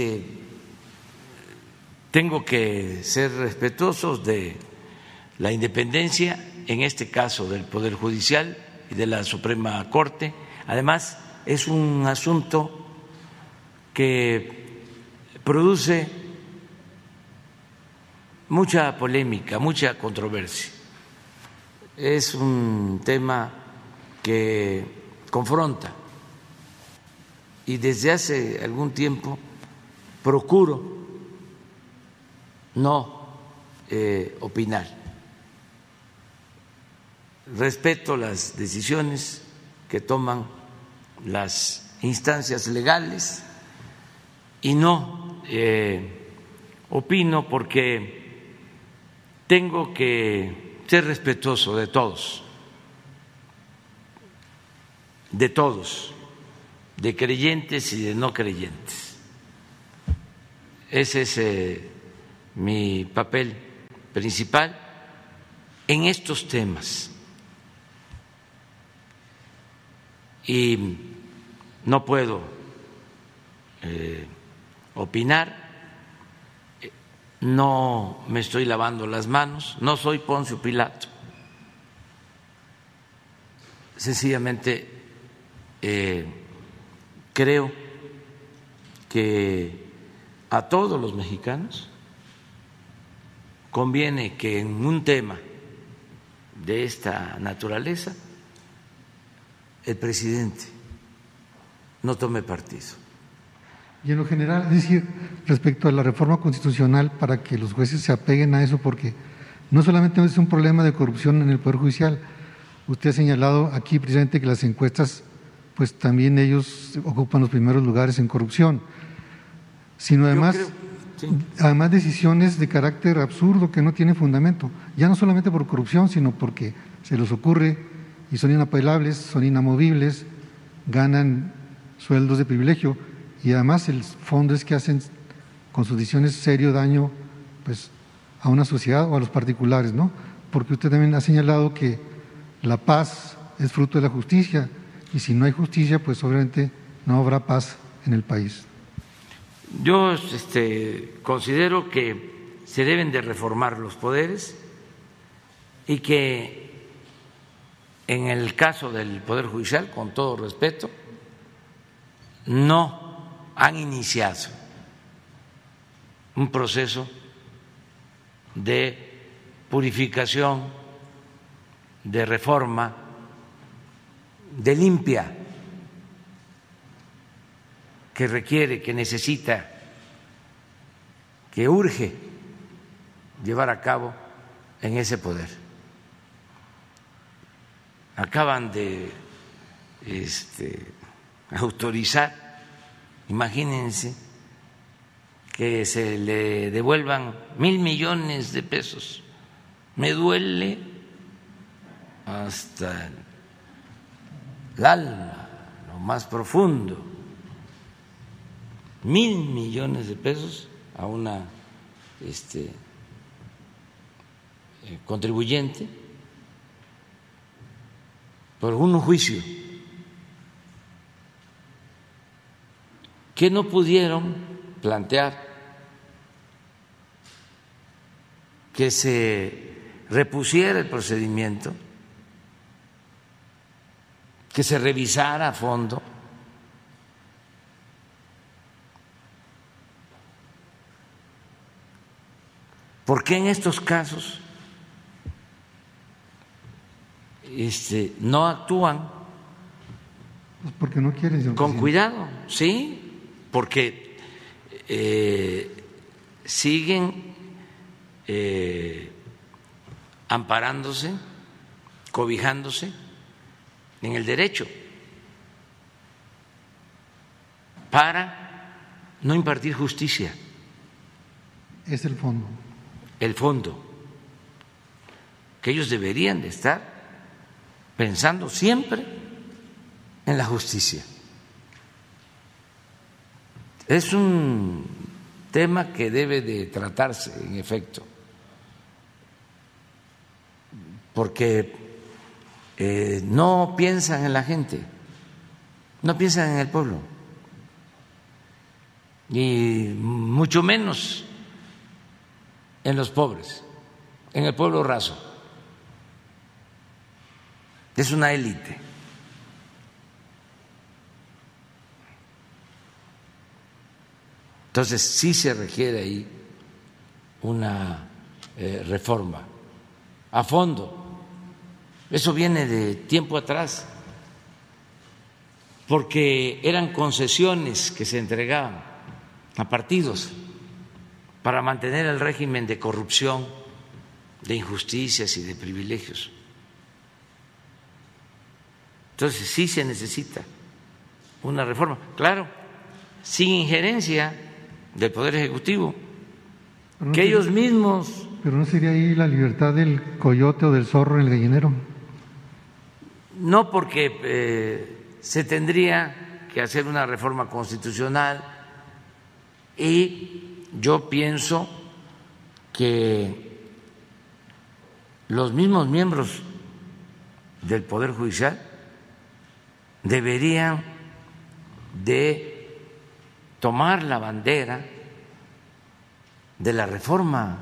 tengo que ser respetuosos de la independencia, en este caso del Poder Judicial y de la Suprema Corte. Además, es un asunto que produce mucha polémica, mucha controversia. Es un tema que confronta y desde hace algún tiempo procuro no opinar. Respeto las decisiones que toman las instancias legales y no opino porque tengo que ser respetuoso de todos, de creyentes y de no creyentes. Ese es mi papel principal en estos temas. Y no puedo opinar, no me estoy lavando las manos, no soy Poncio Pilato. Sencillamente creo que a todos los mexicanos conviene que en un tema de esta naturaleza el presidente no tome partido. Y en lo general, es decir, respecto a la reforma constitucional, para que los jueces se apeguen a eso, porque no solamente es un problema de corrupción en el Poder Judicial. Usted ha señalado aquí precisamente que las encuestas, pues también ellos ocupan los primeros lugares en corrupción, sino además, además decisiones de carácter absurdo que no tienen fundamento, ya no solamente por corrupción, sino porque se les ocurre y son inapelables, son inamovibles, ganan sueldos de privilegio y además el fondo es que hacen con sus decisiones serio daño pues a una sociedad o a los particulares, ¿no? Porque usted también ha señalado que la paz es fruto de la justicia y si no hay justicia, pues obviamente no habrá paz en el país. Yo considero que se deben de reformar los poderes y que en el caso del Poder Judicial, con todo respeto, no han iniciado un proceso de purificación, de reforma, de limpia, que requiere, que necesita, que urge llevar a cabo en ese poder. Acaban de autorizar, imagínense, que se le devuelvan 1,000 millones de pesos. Me duele hasta el alma, lo más profundo. 1,000 millones de pesos a una contribuyente por un juicio que no pudieron plantear que se repusiera el procedimiento, que se revisara a fondo. ¿Por qué en estos casos no actúan? Pues porque no quieren, señor con presidente. Cuidado, sí, porque siguen amparándose, cobijándose en el derecho para no impartir justicia. Es el fondo. El fondo, que ellos deberían de estar pensando siempre en la justicia. Es un tema que debe de tratarse, en efecto, porque no piensan en la gente, no piensan en el pueblo. y mucho menos en los pobres, en el pueblo raso. Es una élite. Entonces sí se requiere ahí una reforma a fondo. Eso viene de tiempo atrás, porque eran concesiones que se entregaban a partidos para mantener el régimen de corrupción, de injusticias y de privilegios. Entonces sí se necesita una reforma, claro, sin injerencia del Poder Ejecutivo, que ellos mismos. Pero ¿no sería ahí la libertad del coyote o del zorro en el gallinero? No, porque se tendría que hacer una reforma constitucional y yo pienso que los mismos miembros del Poder Judicial deberían de tomar la bandera de la reforma,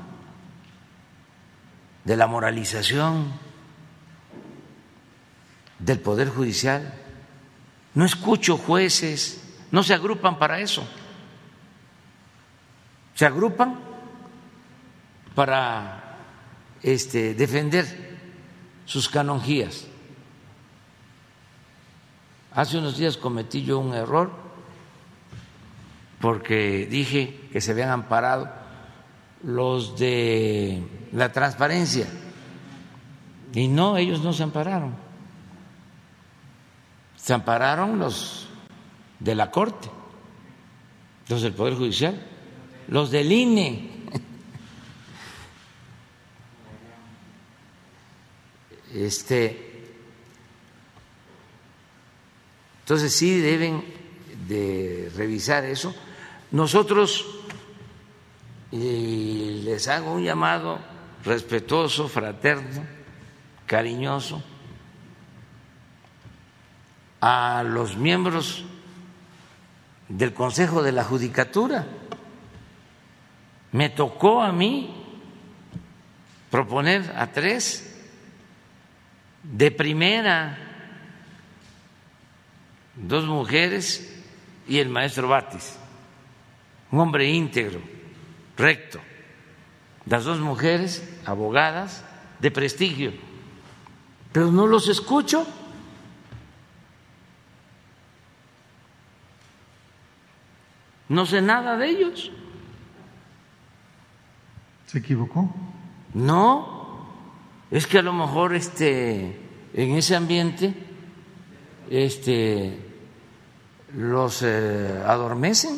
de la moralización del Poder Judicial. No escucho jueces, no se agrupan para eso, se agrupan para defender sus canonjías. Hace unos días cometí yo un error porque dije que se habían amparado los de la transparencia y no, ellos no se ampararon, se ampararon los de la Corte, los del Poder Judicial, los del INE. Entonces sí deben de revisar eso. Nosotros, y les hago un llamado respetuoso, fraterno, cariñoso a los miembros del Consejo de la Judicatura. Me tocó a mí proponer a 3 de primera, 2 mujeres y el maestro Batis, un hombre íntegro, recto. Las 2 mujeres, abogadas de prestigio, pero no los escucho. No sé nada de ellos. ¿Se equivocó? No, es que a lo mejor en ese ambiente los adormecen.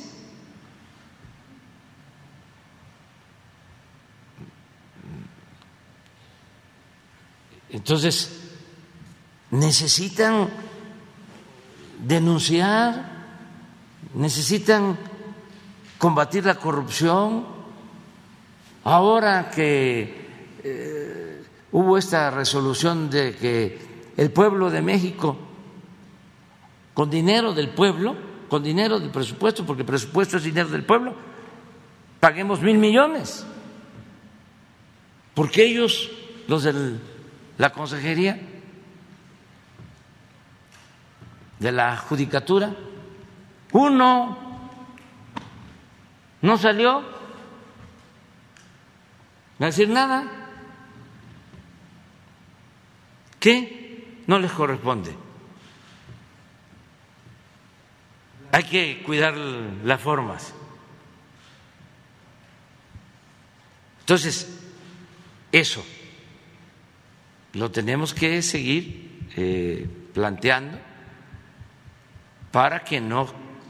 Entonces necesitan denunciar, necesitan combatir la corrupción. Ahora que hubo esta resolución de que el pueblo de México, con dinero del pueblo, con dinero del presupuesto, porque el presupuesto es dinero del pueblo, paguemos 1,000 millones, porque ellos, los de la consejería de la judicatura, uno no salió a decir nada. ¿Qué? No les corresponde. Hay que cuidar las formas. Entonces, eso lo tenemos que seguir planteando para que no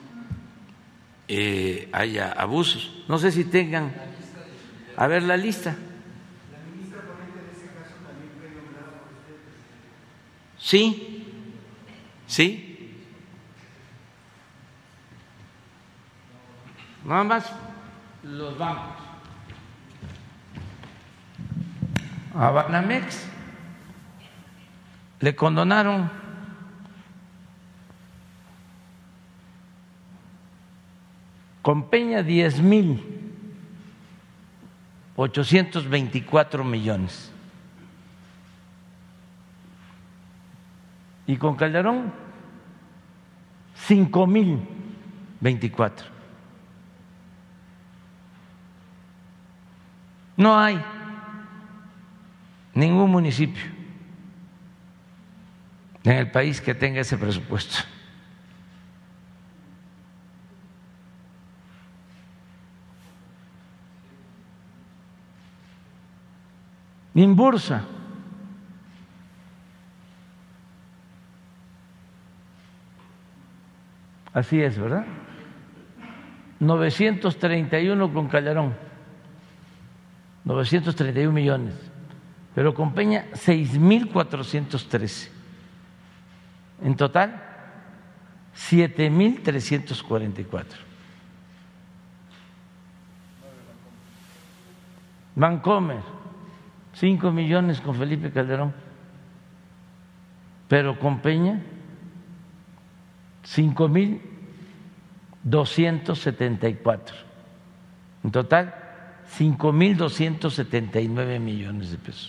haya abusos. No sé si tengan, a ver la lista. La ministra ponente en ese caso también fue nombrada por usted. Sí, sí. Nada más los bancos. A Banamex le condonaron con Peña 10,824 millones y con Calderón 5,024. No hay ningún municipio en el país que tenga ese presupuesto. Imbursa, así es, ¿verdad? 931 con Calderón, 931 millones, pero con Peña 6,413. En total, 7,344. Vancomer, 5 millones con Felipe Calderón, pero con Peña 5,274. En total, 5,279 millones de pesos.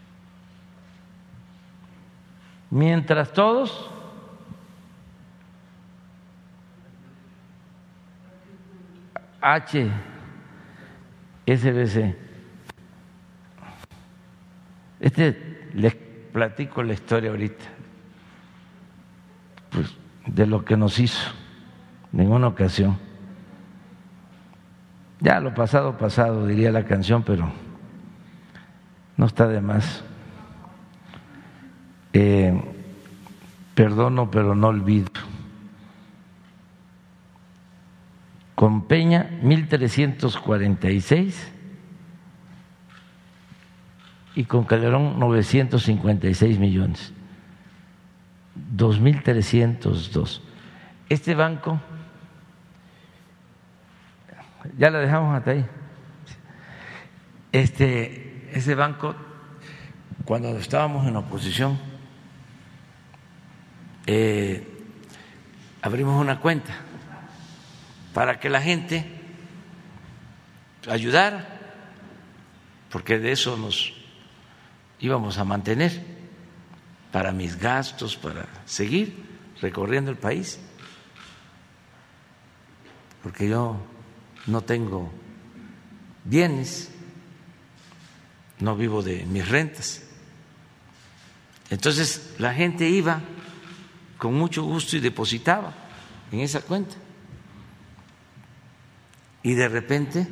Mientras todos HSBC, les platico la historia ahorita, pues de lo que nos hizo en una ocasión. Ya lo pasado, pasado, diría la canción, pero no está de más. Perdono, pero no olvido. Con Peña, 1,346 y con Calderón 956 millones, 2,302. Este banco, ya la dejamos hasta ahí. Ese banco, cuando estábamos en oposición, abrimos una cuenta para que la gente ayudara, porque de eso nos íbamos a mantener, para mis gastos, para seguir recorriendo el país, porque yo no tengo bienes, no vivo de mis rentas. Entonces la gente iba con mucho gusto y depositaba en esa cuenta. Y de repente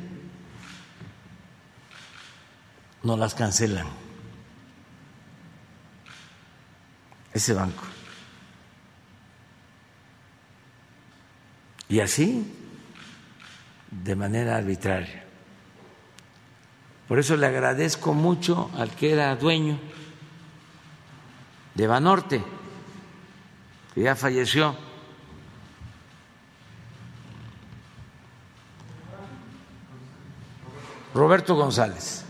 nos las cancelan, ese banco. Y así, de manera arbitraria. Por eso le agradezco mucho al que era dueño de Banorte, que ya falleció, Roberto González,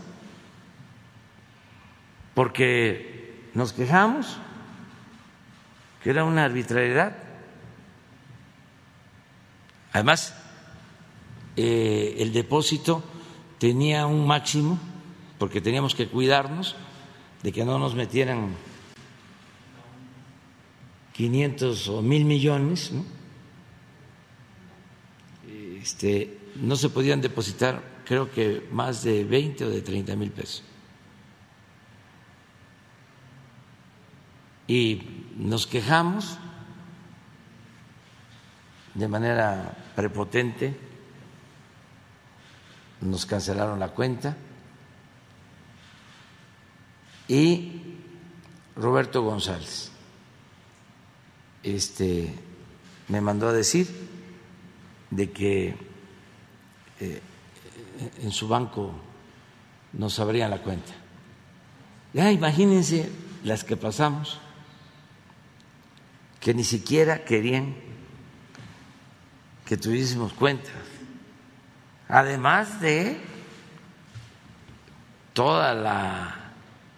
porque nos quejamos que era una arbitrariedad. Además, el depósito tenía un máximo, porque teníamos que cuidarnos de que no nos metieran 500 o 1,000 millones, ¿no? No se podían depositar, creo que más de 20 o de 30,000 pesos. Y nos quejamos de manera prepotente, nos cancelaron la cuenta y Roberto González me mandó a decir de que en su banco nos abrían la cuenta. Ya imagínense las que pasamos, que ni siquiera querían que tuviésemos cuentas, además de toda la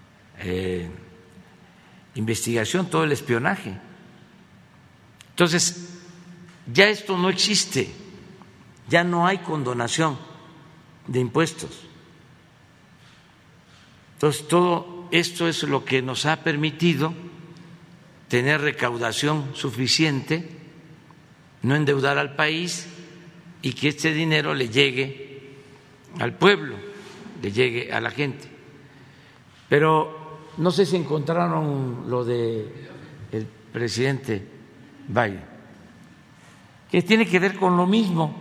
investigación, todo el espionaje. Entonces, ya esto no existe ya no hay condonación de impuestos. Entonces, todo esto es lo que nos ha permitido tener recaudación suficiente, no endeudar al país y que este dinero le llegue al pueblo, le llegue a la gente. Pero no sé si encontraron lo del presidente Biden, que tiene que ver con lo mismo.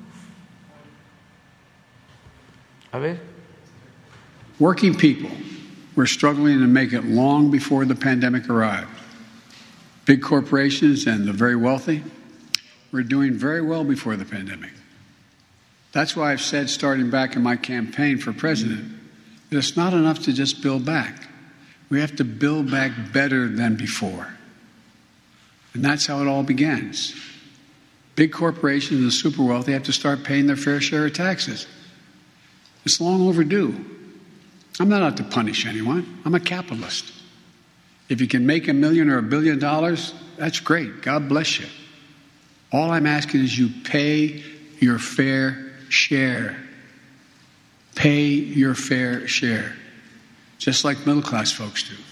A ver. Working people were struggling to make it long before the pandemic arrived. Big corporations and the very wealthy were doing very well before the pandemic. That's why I've said, starting back in my campaign for president, that it's not enough to just build back. We have to build back better than before. And that's how it all begins. Big corporations and the super wealthy have to start paying their fair share of taxes. It's long overdue. I'm not out to punish anyone. I'm a capitalist. If you can make $1 million or $1 billion, that's great. God bless you. All I'm asking is you pay your fair share. Pay your fair share. Just like middle class folks do.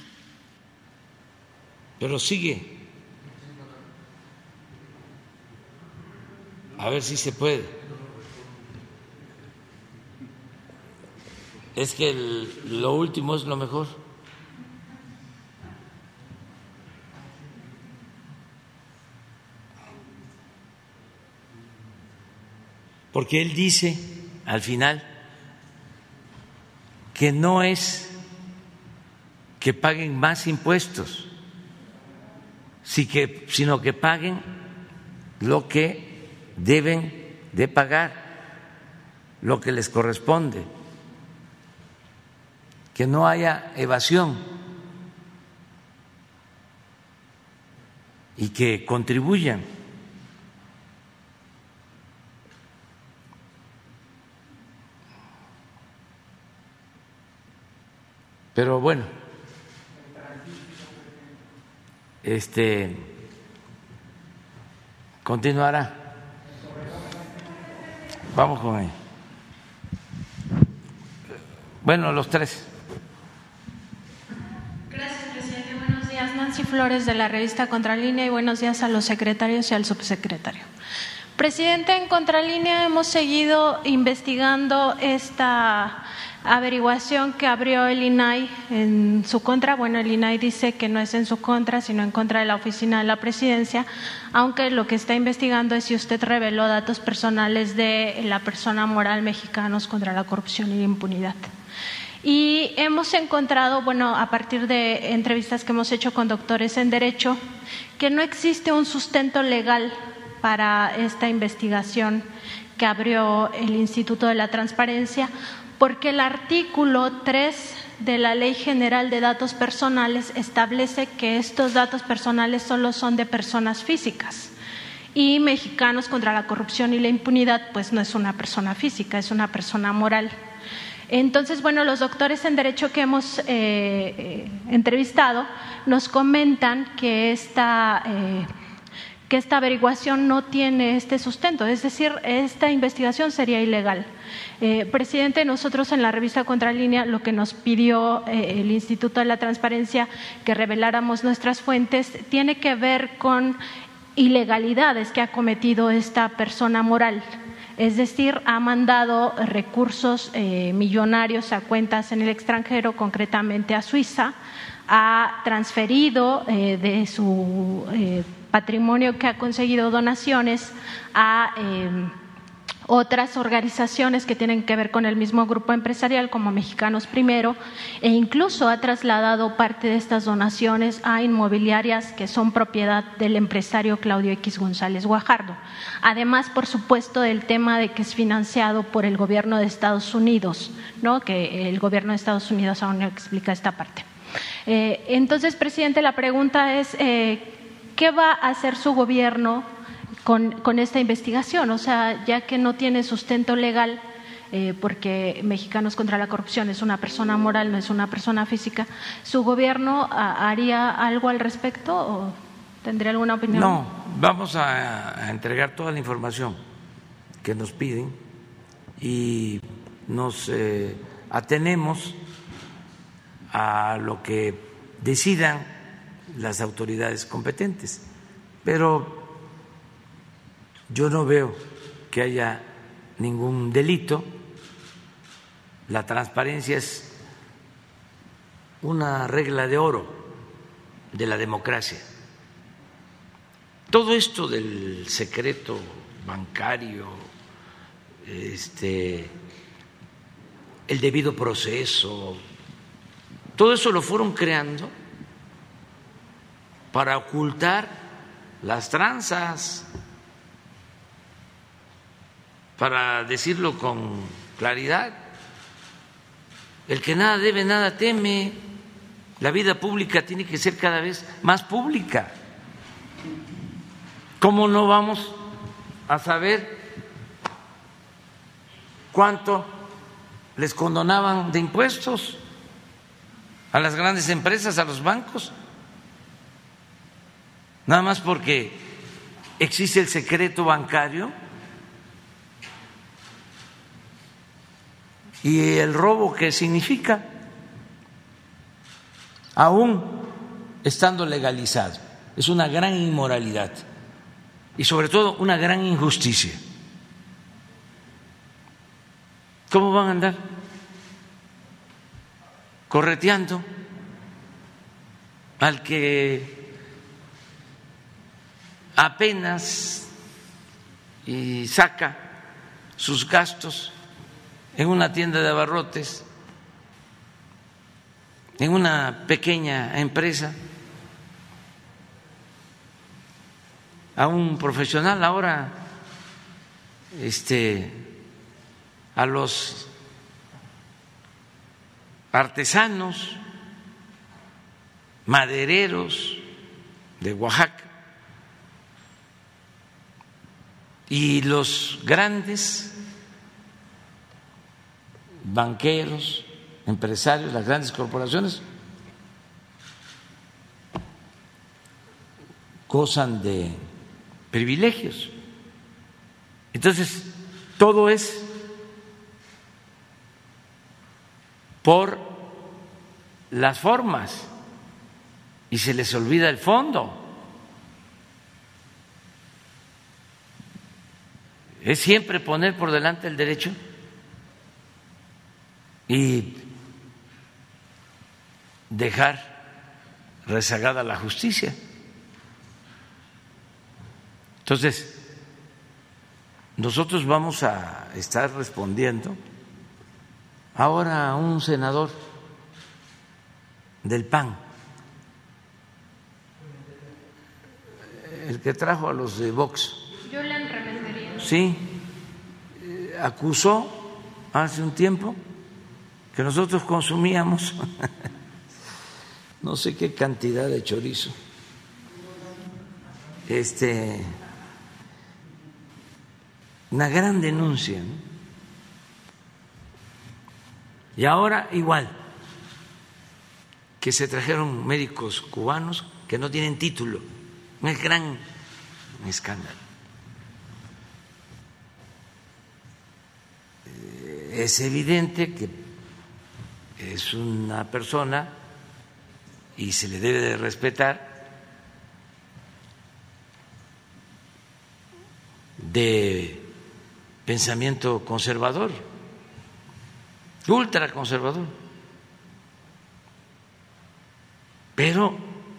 Pero sigue. A ver si se puede. Es que lo último es lo mejor. Porque él dice al final que no es que paguen más impuestos, sino que paguen lo que deben de pagar, lo que les corresponde, que no haya evasión y que contribuyan. Pero bueno, continuará. Vamos con él. Bueno, los tres. Gracias, presidente. Buenos días. Nancy Flores, de la revista Contralínea, y buenos días a los secretarios y al subsecretario. Presidente, en Contralínea hemos seguido investigando esta averiguación que abrió el INAI en su contra. Bueno, el INAI dice que no es en su contra, sino en contra de la oficina de la presidencia, aunque lo que está investigando es si usted reveló datos personales de la persona moral Mexicanos contra la Corrupción y la Impunidad. Y hemos encontrado, bueno, a partir de entrevistas que hemos hecho con doctores en Derecho, que no existe un sustento legal para esta investigación que abrió el Instituto de la Transparencia, porque el artículo 3 de la Ley General de Datos Personales establece que estos datos personales solo son de personas físicas, y Mexicanos contra la Corrupción y la Impunidad pues no es una persona física, es una persona moral. Entonces, bueno, los doctores en Derecho que hemos entrevistado nos comentan que esta averiguación no tiene este sustento, es decir, esta investigación sería ilegal. Presidente, nosotros en la revista Contralínea lo que nos pidió el Instituto de la Transparencia que reveláramos nuestras fuentes tiene que ver con ilegalidades que ha cometido esta persona moral. Es decir, ha mandado recursos millonarios a cuentas en el extranjero, concretamente a Suiza, ha transferido de su patrimonio que ha conseguido donaciones a otras organizaciones que tienen que ver con el mismo grupo empresarial, como Mexicanos Primero, e incluso ha trasladado parte de estas donaciones a inmobiliarias que son propiedad del empresario Claudio X González Guajardo. Además, por supuesto, del tema de que es financiado por el gobierno de Estados Unidos, ¿no? Que el gobierno de Estados Unidos aún no explica esta parte. Entonces, presidente, la pregunta es, ¿qué va a hacer su gobierno con esta investigación? O sea, ya que no tiene sustento legal, porque Mexicanos contra la Corrupción es una persona moral, no es una persona física, ¿su gobierno haría algo al respecto o tendría alguna opinión? No, vamos a entregar toda la información que nos piden y nos atenemos a lo que decidan las autoridades competentes. Pero yo no veo que haya ningún delito. La transparencia es una regla de oro de la democracia. Todo esto del secreto bancario, el debido proceso, todo eso lo fueron creando para ocultar las tranzas, para decirlo con claridad. El que nada debe, nada teme. La vida pública tiene que ser cada vez más pública. ¿Cómo no vamos a saber cuánto les condonaban de impuestos a las grandes empresas, a los bancos? Nada más porque existe el secreto bancario y el robo que significa, aún estando legalizado. Es una gran inmoralidad y sobre todo una gran injusticia. ¿Cómo van a andar correteando al que apenas y saca sus gastos en una tienda de abarrotes, en una pequeña empresa, a un profesional? Ahora a los artesanos, madereros de Oaxaca y los grandes banqueros, empresarios, las grandes corporaciones gozan de privilegios. Entonces, todo es por las formas y se les olvida el fondo. Es siempre poner por delante el derecho y dejar rezagada la justicia. Entonces, nosotros vamos a estar respondiendo. Ahora un senador del PAN, el que trajo a los de Vox, sí, acusó hace un tiempo que nosotros consumíamos no sé qué cantidad de chorizo, una gran denuncia, ¿no? Y ahora igual, que se trajeron médicos cubanos que no tienen título, un gran escándalo. Es evidente que es una persona y se le debe de respetar, de pensamiento conservador, ultraconservador, pero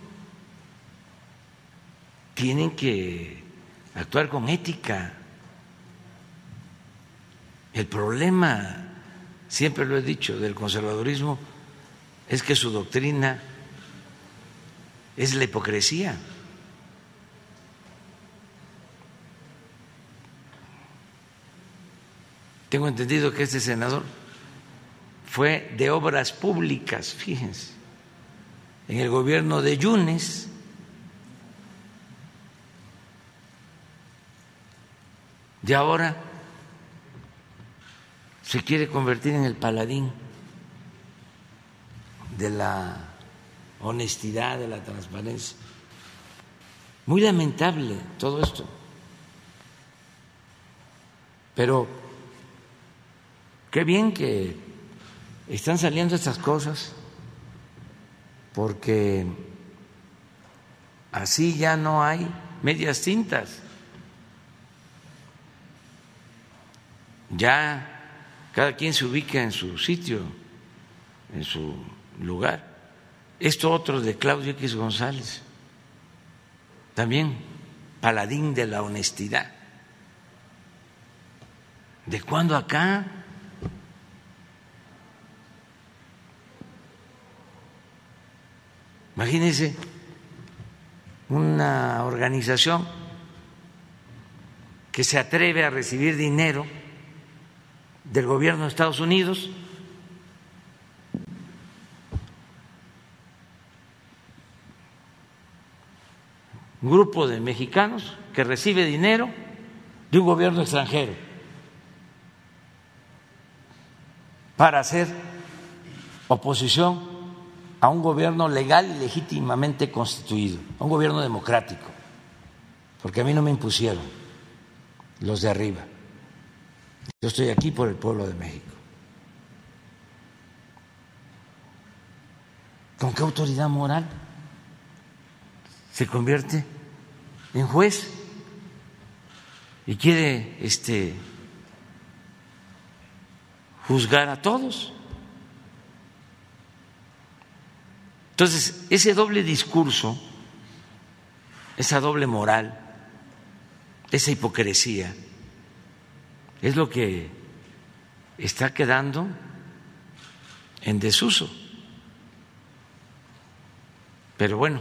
tienen que actuar con ética. El problema, siempre lo he dicho, del conservadurismo es que su doctrina es la hipocresía. Tengo entendido que este senador fue de obras públicas, fíjense, en el gobierno de Yunes. Y ahora se quiere convertir en el paladín de la honestidad, de la transparencia. Muy lamentable todo esto. Pero qué bien que están saliendo estas cosas, porque así ya no hay medias tintas. Ya cada quien se ubica en su sitio, en su lugar. Esto otro de Claudio X González, también paladín de la honestidad. ¿De cuándo acá? Imagínense una organización que se atreve a recibir dinero del gobierno de Estados Unidos un grupo de mexicanos que recibe dinero de un gobierno extranjero para hacer oposición a un gobierno legal y legítimamente constituido, a un gobierno democrático, porque a mí no me impusieron los de arriba. Yo estoy aquí por el pueblo de México. ¿Con qué autoridad moral se convierte en juez y quiere juzgar a todos? Entonces, ese doble discurso, esa doble moral, esa hipocresía, es lo que está quedando en desuso. Pero bueno,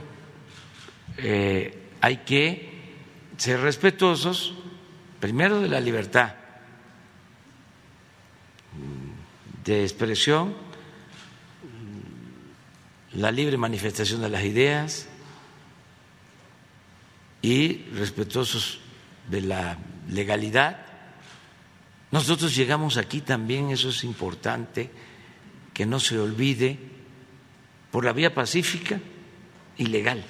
hay que ser respetuosos, primero, de la libertad de expresión, la libre manifestación de las ideas y respetuosos de la legalidad. Nosotros llegamos aquí también, eso es importante, que no se olvide, por la vía pacífica y legal.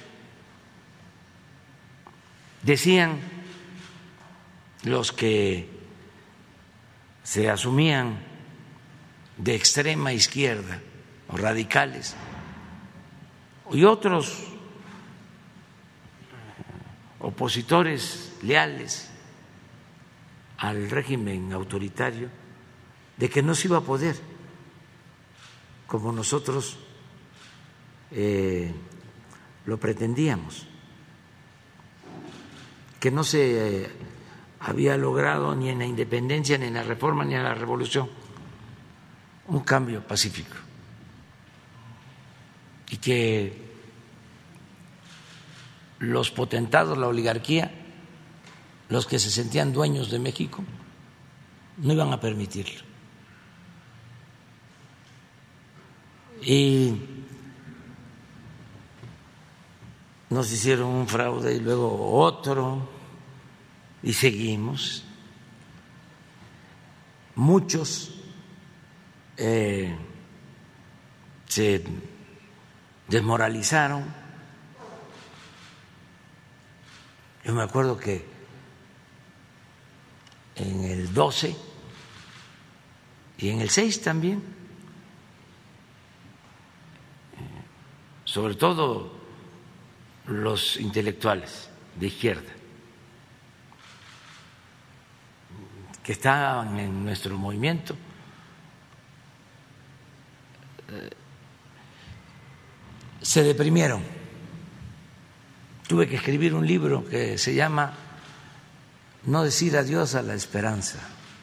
Decían los que se asumían de extrema izquierda o radicales y otros opositores leales al régimen autoritario, de que no se iba a poder, como nosotros lo pretendíamos, que no se había logrado ni en la independencia, ni en la reforma, ni en la revolución un cambio pacífico, y que los potentados, la oligarquía, los que se sentían dueños de México, no iban a permitirlo. Y nos hicieron un fraude y luego otro, y seguimos. Muchos se desmoralizaron. Yo me acuerdo que en el 12 y en el 6 también, sobre todo los intelectuales de izquierda que estaban en nuestro movimiento, se deprimieron. Tuve que escribir un libro que se llama No decir adiós a la esperanza,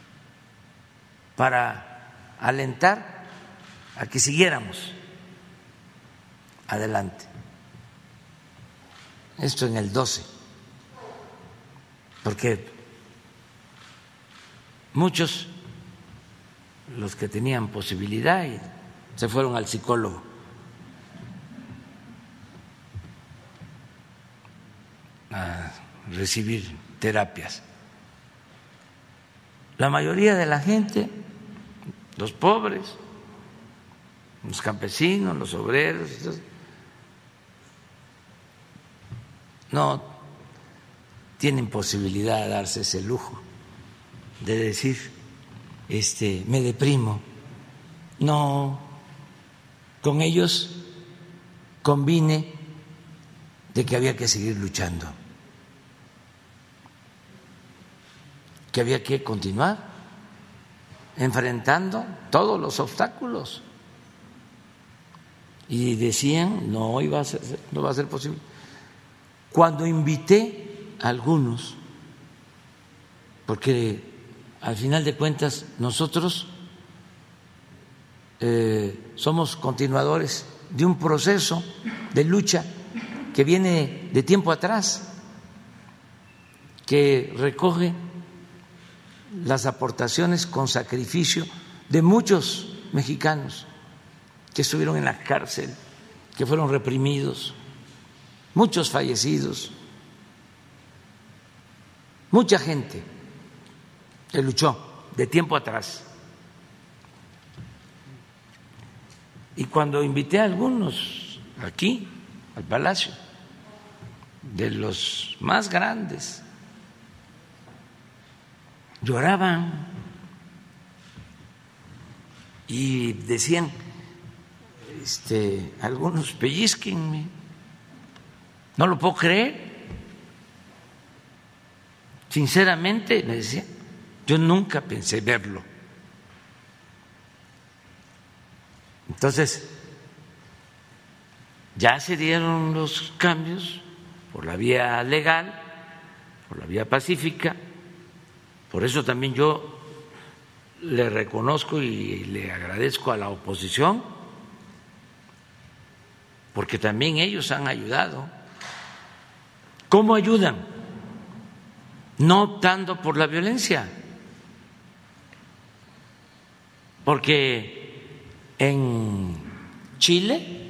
para alentar a que siguiéramos adelante. Esto en el 12, porque muchos, los que tenían posibilidad, se fueron al psicólogo. A recibir terapias. La mayoría de la gente, los pobres, los campesinos, los obreros, no tienen posibilidad de darse ese lujo de decir, me deprimo. No, con ellos convine de que había que seguir luchando, que había que continuar enfrentando todos los obstáculos. Y decían, no va a ser posible. Cuando invité a algunos, porque al final de cuentas nosotros somos continuadores de un proceso de lucha que viene de tiempo atrás, que recoge las aportaciones con sacrificio de muchos mexicanos que estuvieron en la cárcel, que fueron reprimidos, muchos fallecidos, mucha gente que luchó de tiempo atrás. Y cuando invité a algunos aquí, al Palacio, de los más grandes, lloraban y decían, algunos pellizquenme, no lo puedo creer. Sinceramente, me decían, yo nunca pensé verlo. Entonces, ya se dieron los cambios por la vía legal, por la vía pacífica. Por eso también yo le reconozco y le agradezco a la oposición, porque también ellos han ayudado. ¿Cómo ayudan? No optando por la violencia, porque en Chile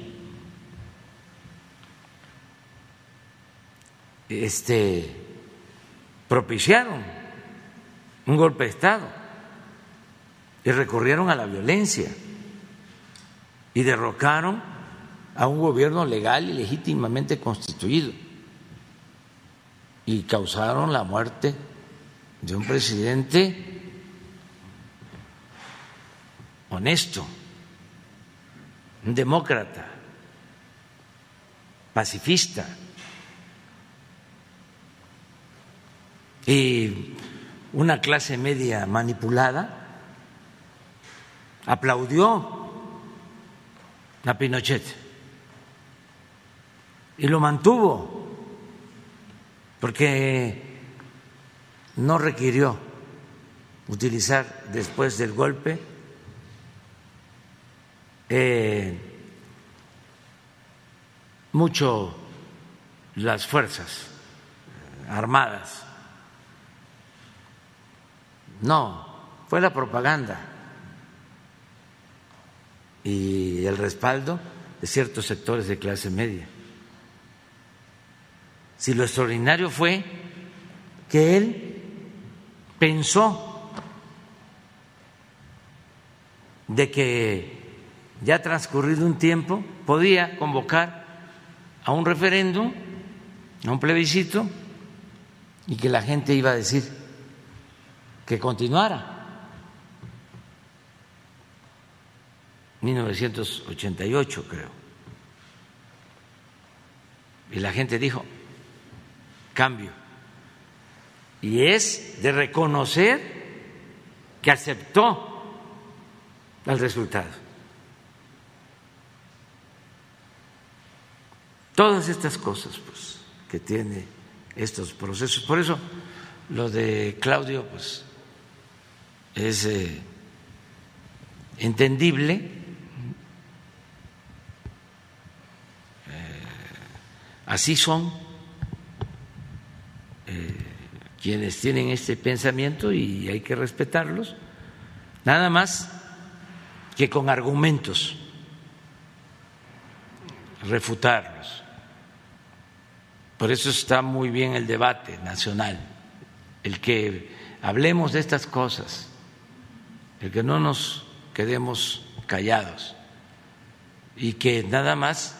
propiciaron un golpe de Estado y recurrieron a la violencia y derrocaron a un gobierno legal y legítimamente constituido y causaron la muerte de un presidente honesto, un demócrata, pacifista. Y una clase media manipulada aplaudió a Pinochet y lo mantuvo porque no requirió utilizar después del golpe mucho las fuerzas armadas. No, fue la propaganda y el respaldo de ciertos sectores de clase media. Si lo extraordinario fue que él pensó de que ya transcurrido un tiempo podía convocar a un referéndum, a un plebiscito, y que la gente iba a decir que continuara. 1988, creo. Y la gente dijo, cambio. Y es de reconocer que aceptó el resultado. Todas estas cosas, pues, que tiene estos procesos. Por eso lo de Claudio, pues, es entendible. Así son quienes tienen este pensamiento y hay que respetarlos, nada más que con argumentos refutarlos. Por eso está muy bien el debate nacional, el que hablemos de estas cosas, el que no nos quedemos callados y que nada más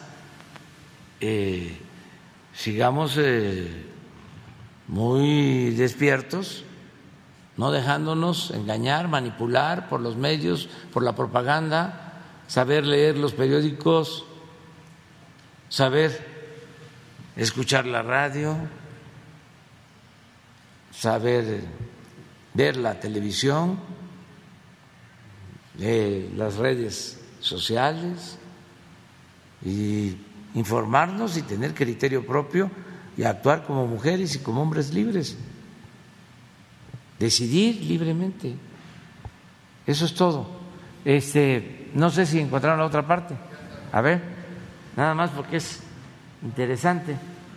sigamos muy despiertos no dejándonos engañar, manipular por los medios, por la propaganda, saber leer los periódicos, saber escuchar la radio, saber ver la televisión, las redes sociales y informarnos y tener criterio propio y actuar como mujeres y como hombres libres, decidir libremente. Eso es todo. No sé si encontraron la otra parte. A ver, nada más porque es interesante.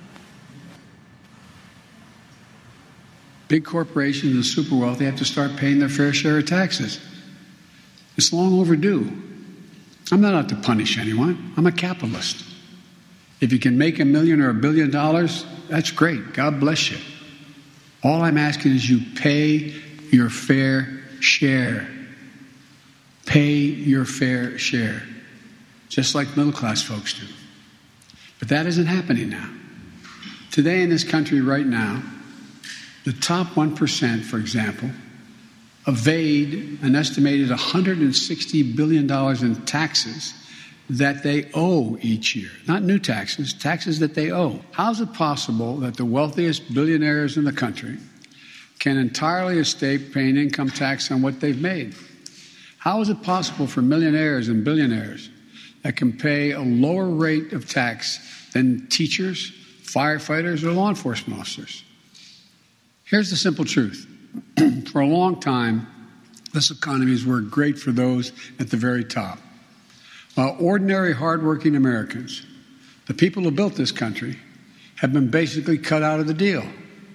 Big corporations and super wealthy have to start paying their fair share of taxes. It's long overdue. I'm not out to punish anyone. I'm a capitalist. If you can make $1 million or $1 billion, that's great. God bless you. All I'm asking is you pay your fair share. Pay your fair share, just like middle-class folks do. But that isn't happening now. Today in this country right now, the top 1%, for example, evade an estimated $160 billion in taxes that they owe each year. Not new taxes, taxes that they owe. How is it possible that the wealthiest billionaires in the country can entirely escape paying income tax on what they've made? How is it possible for millionaires and billionaires that can pay a lower rate of tax than teachers, firefighters, or law enforcement officers? Here's the simple truth. For a long time, this economy has worked great for those at the very top. While ordinary, hardworking Americans, the people who built this country, have been basically cut out of the deal.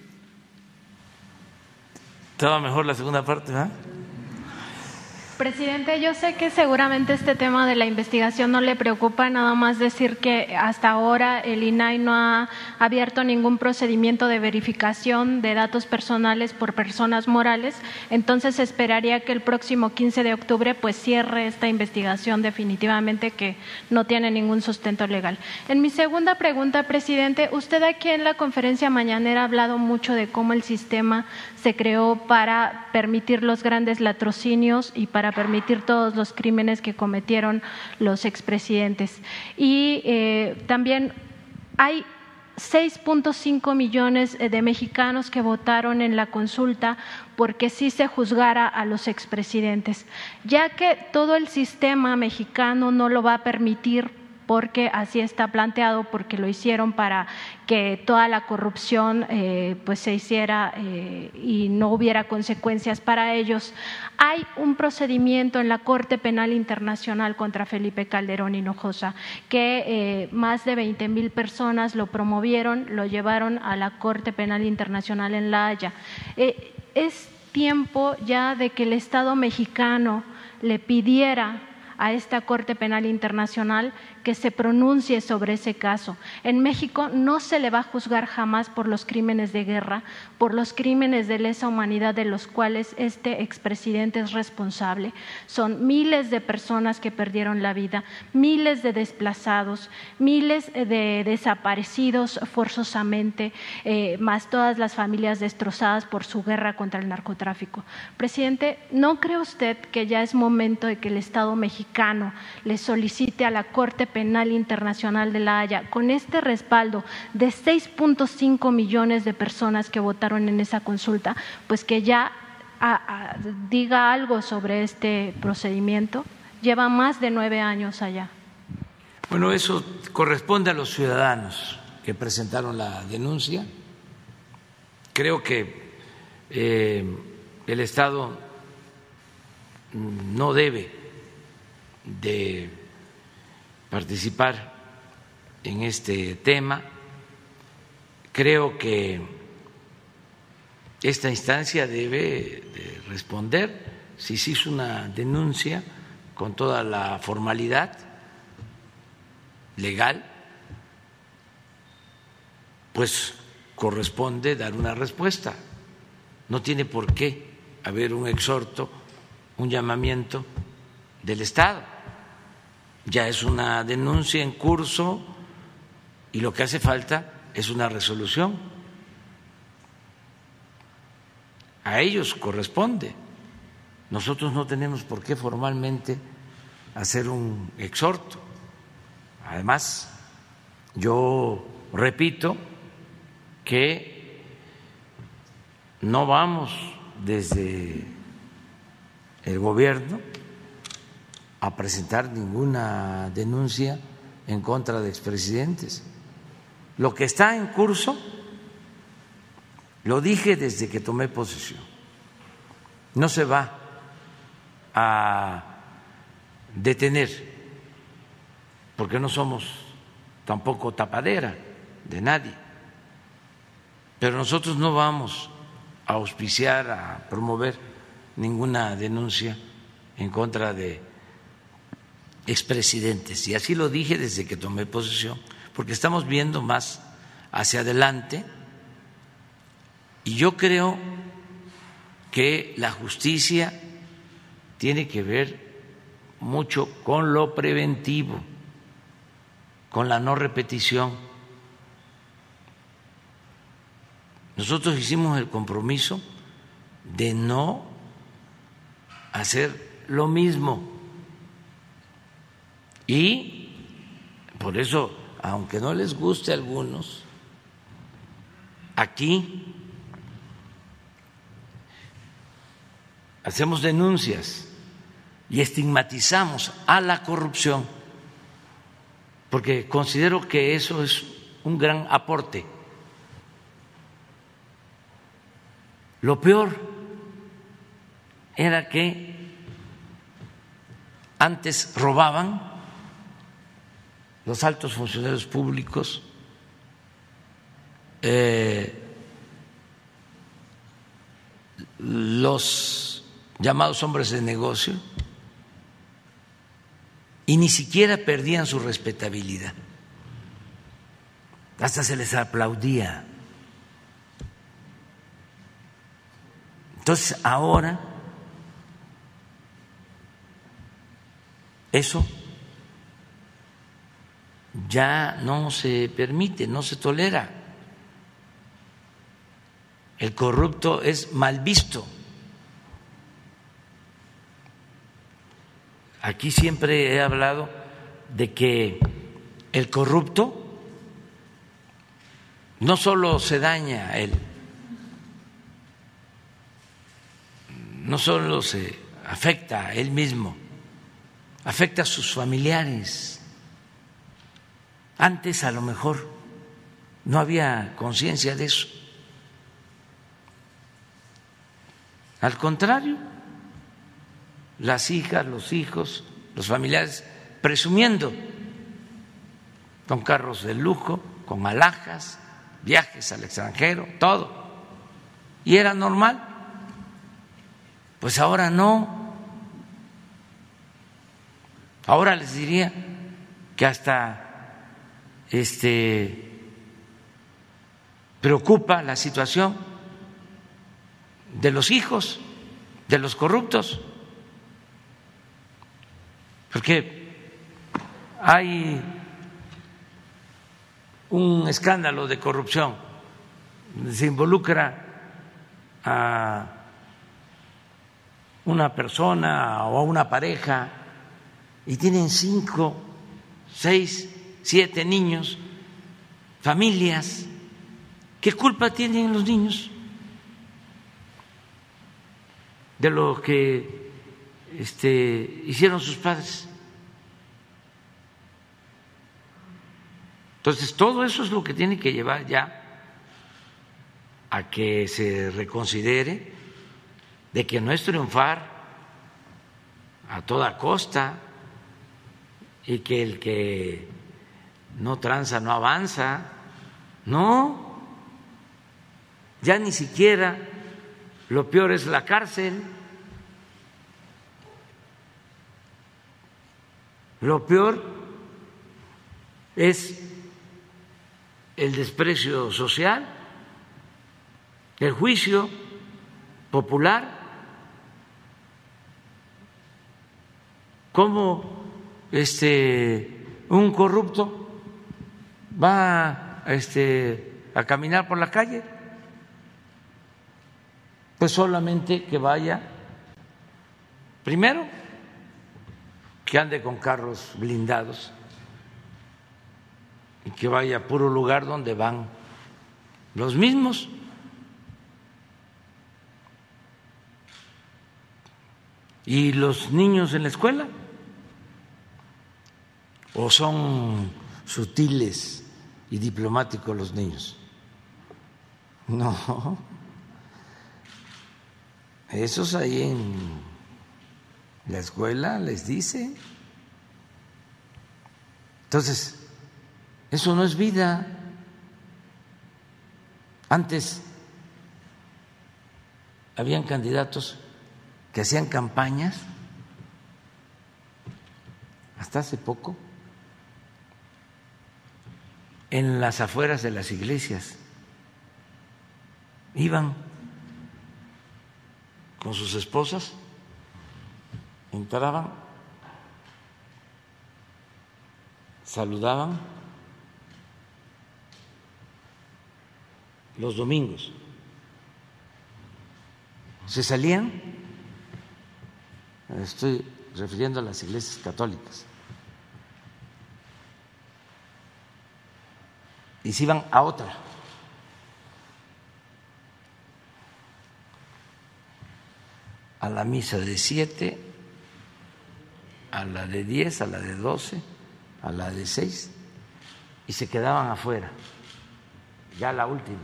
Estaba mejor la segunda parte, ¿verdad? Presidente, yo sé que seguramente este tema de la investigación no le preocupa, nada más decir que hasta ahora el INAI no ha abierto ningún procedimiento de verificación de datos personales por personas morales, entonces esperaría que el próximo 15 de octubre pues cierre esta investigación definitivamente, que no tiene ningún sustento legal. En mi segunda pregunta, presidente, usted aquí en la conferencia mañanera ha hablado mucho de cómo el sistema se creó para permitir los grandes latrocinios y para permitir todos los crímenes que cometieron los expresidentes. Y también hay 6.5 millones de mexicanos que votaron en la consulta porque sí se juzgara a los expresidentes, ya que todo el sistema mexicano no lo va a permitir, porque así está planteado, porque lo hicieron para que toda la corrupción pues se hiciera y no hubiera consecuencias para ellos. Hay un procedimiento en la Corte Penal Internacional contra Felipe Calderón Hinojosa que más de 20,000 personas lo promovieron, lo llevaron a la Corte Penal Internacional en La Haya. Es tiempo ya de que el Estado mexicano le pidiera a esta Corte Penal Internacional que se pronuncie sobre ese caso. En México no se le va a juzgar jamás por los crímenes de guerra, por los crímenes de lesa humanidad de los cuales este expresidente es responsable. Son miles de personas que perdieron la vida, miles de desplazados, miles de desaparecidos forzosamente, más todas las familias destrozadas por su guerra contra el narcotráfico. Presidente, ¿no cree usted que ya es momento de que el Estado mexicano le solicite a la Corte Penal Internacional de La Haya, con este respaldo de 6.5 millones de personas que votaron en esa consulta, pues que ya diga algo sobre este procedimiento? Lleva más de 9 años allá. Bueno, eso corresponde a los ciudadanos que presentaron la denuncia. Creo que el Estado no debe de participar en este tema. Creo que esta instancia debe de responder si se hizo una denuncia con toda la formalidad legal, pues corresponde dar una respuesta. No tiene por qué haber un exhorto, un llamamiento del Estado. Ya es una denuncia en curso y lo que hace falta es una resolución. a ellos corresponde. Nosotros no tenemos por qué formalmente hacer un exhorto. Además, yo repito que no vamos desde el gobierno a presentar ninguna denuncia en contra de expresidentes. Lo que está en curso, lo dije desde que tomé posesión, no se va a detener, porque no somos tampoco tapadera de nadie, pero nosotros no vamos a auspiciar, a promover ninguna denuncia en contra de expresidentes, y así lo dije desde que tomé posesión, porque estamos viendo más hacia adelante y yo creo que la justicia tiene que ver mucho con lo preventivo, con la no repetición. Nosotros hicimos el compromiso de no hacer lo mismo y por eso, aunque no les guste a algunos, aquí hacemos denuncias y estigmatizamos a la corrupción, porque considero que eso es un gran aporte. Lo peor era que antes robaban los altos funcionarios públicos, los llamados hombres de negocio, y ni siquiera perdían su respetabilidad, hasta se les aplaudía. Entonces ahora eso ya no se permite, no se tolera. El corrupto es mal visto. Aquí siempre he hablado de que el corrupto no solo se daña a él, no solo se afecta a él mismo, afecta a sus familiares. Antes a lo mejor no había conciencia de eso. Al contrario, las hijas, los hijos, los familiares presumiendo con carros de lujo, con alhajas, viajes al extranjero, todo. Y era normal. Pues ahora no. Ahora les diría que hasta preocupa la situación de los hijos de los corruptos, porque hay un escándalo de corrupción, se involucra a una persona o a una pareja y tienen 5, 6, 7 niños, familias. ¿Qué culpa tienen los niños de lo que hicieron sus padres? Entonces, todo eso es lo que tiene que llevar ya a que se reconsidere de que no es triunfar a toda costa y que el que no tranza no avanza. No, ya ni siquiera lo peor es la cárcel. Lo peor es el desprecio social, el juicio popular. ¿Cómo un corrupto va a caminar por la calle? Pues solamente que vaya, primero, que ande con carros blindados y que vaya a puro lugar donde van los mismos. ¿Y los niños en la escuela? ¿O son sutiles y diplomáticos los niños? No, esos ahí en la escuela les dice. Entonces, eso no es vida. Antes habían candidatos que hacían campañas, hasta hace poco, en las afueras de las iglesias. Iban con sus esposas, entraban, saludaban los domingos, se salían, estoy refiriendo a las iglesias católicas, y se iban a otra. A la misa de 7, a la de 10, a la de 12, a la de 6, y se quedaban afuera, ya la última.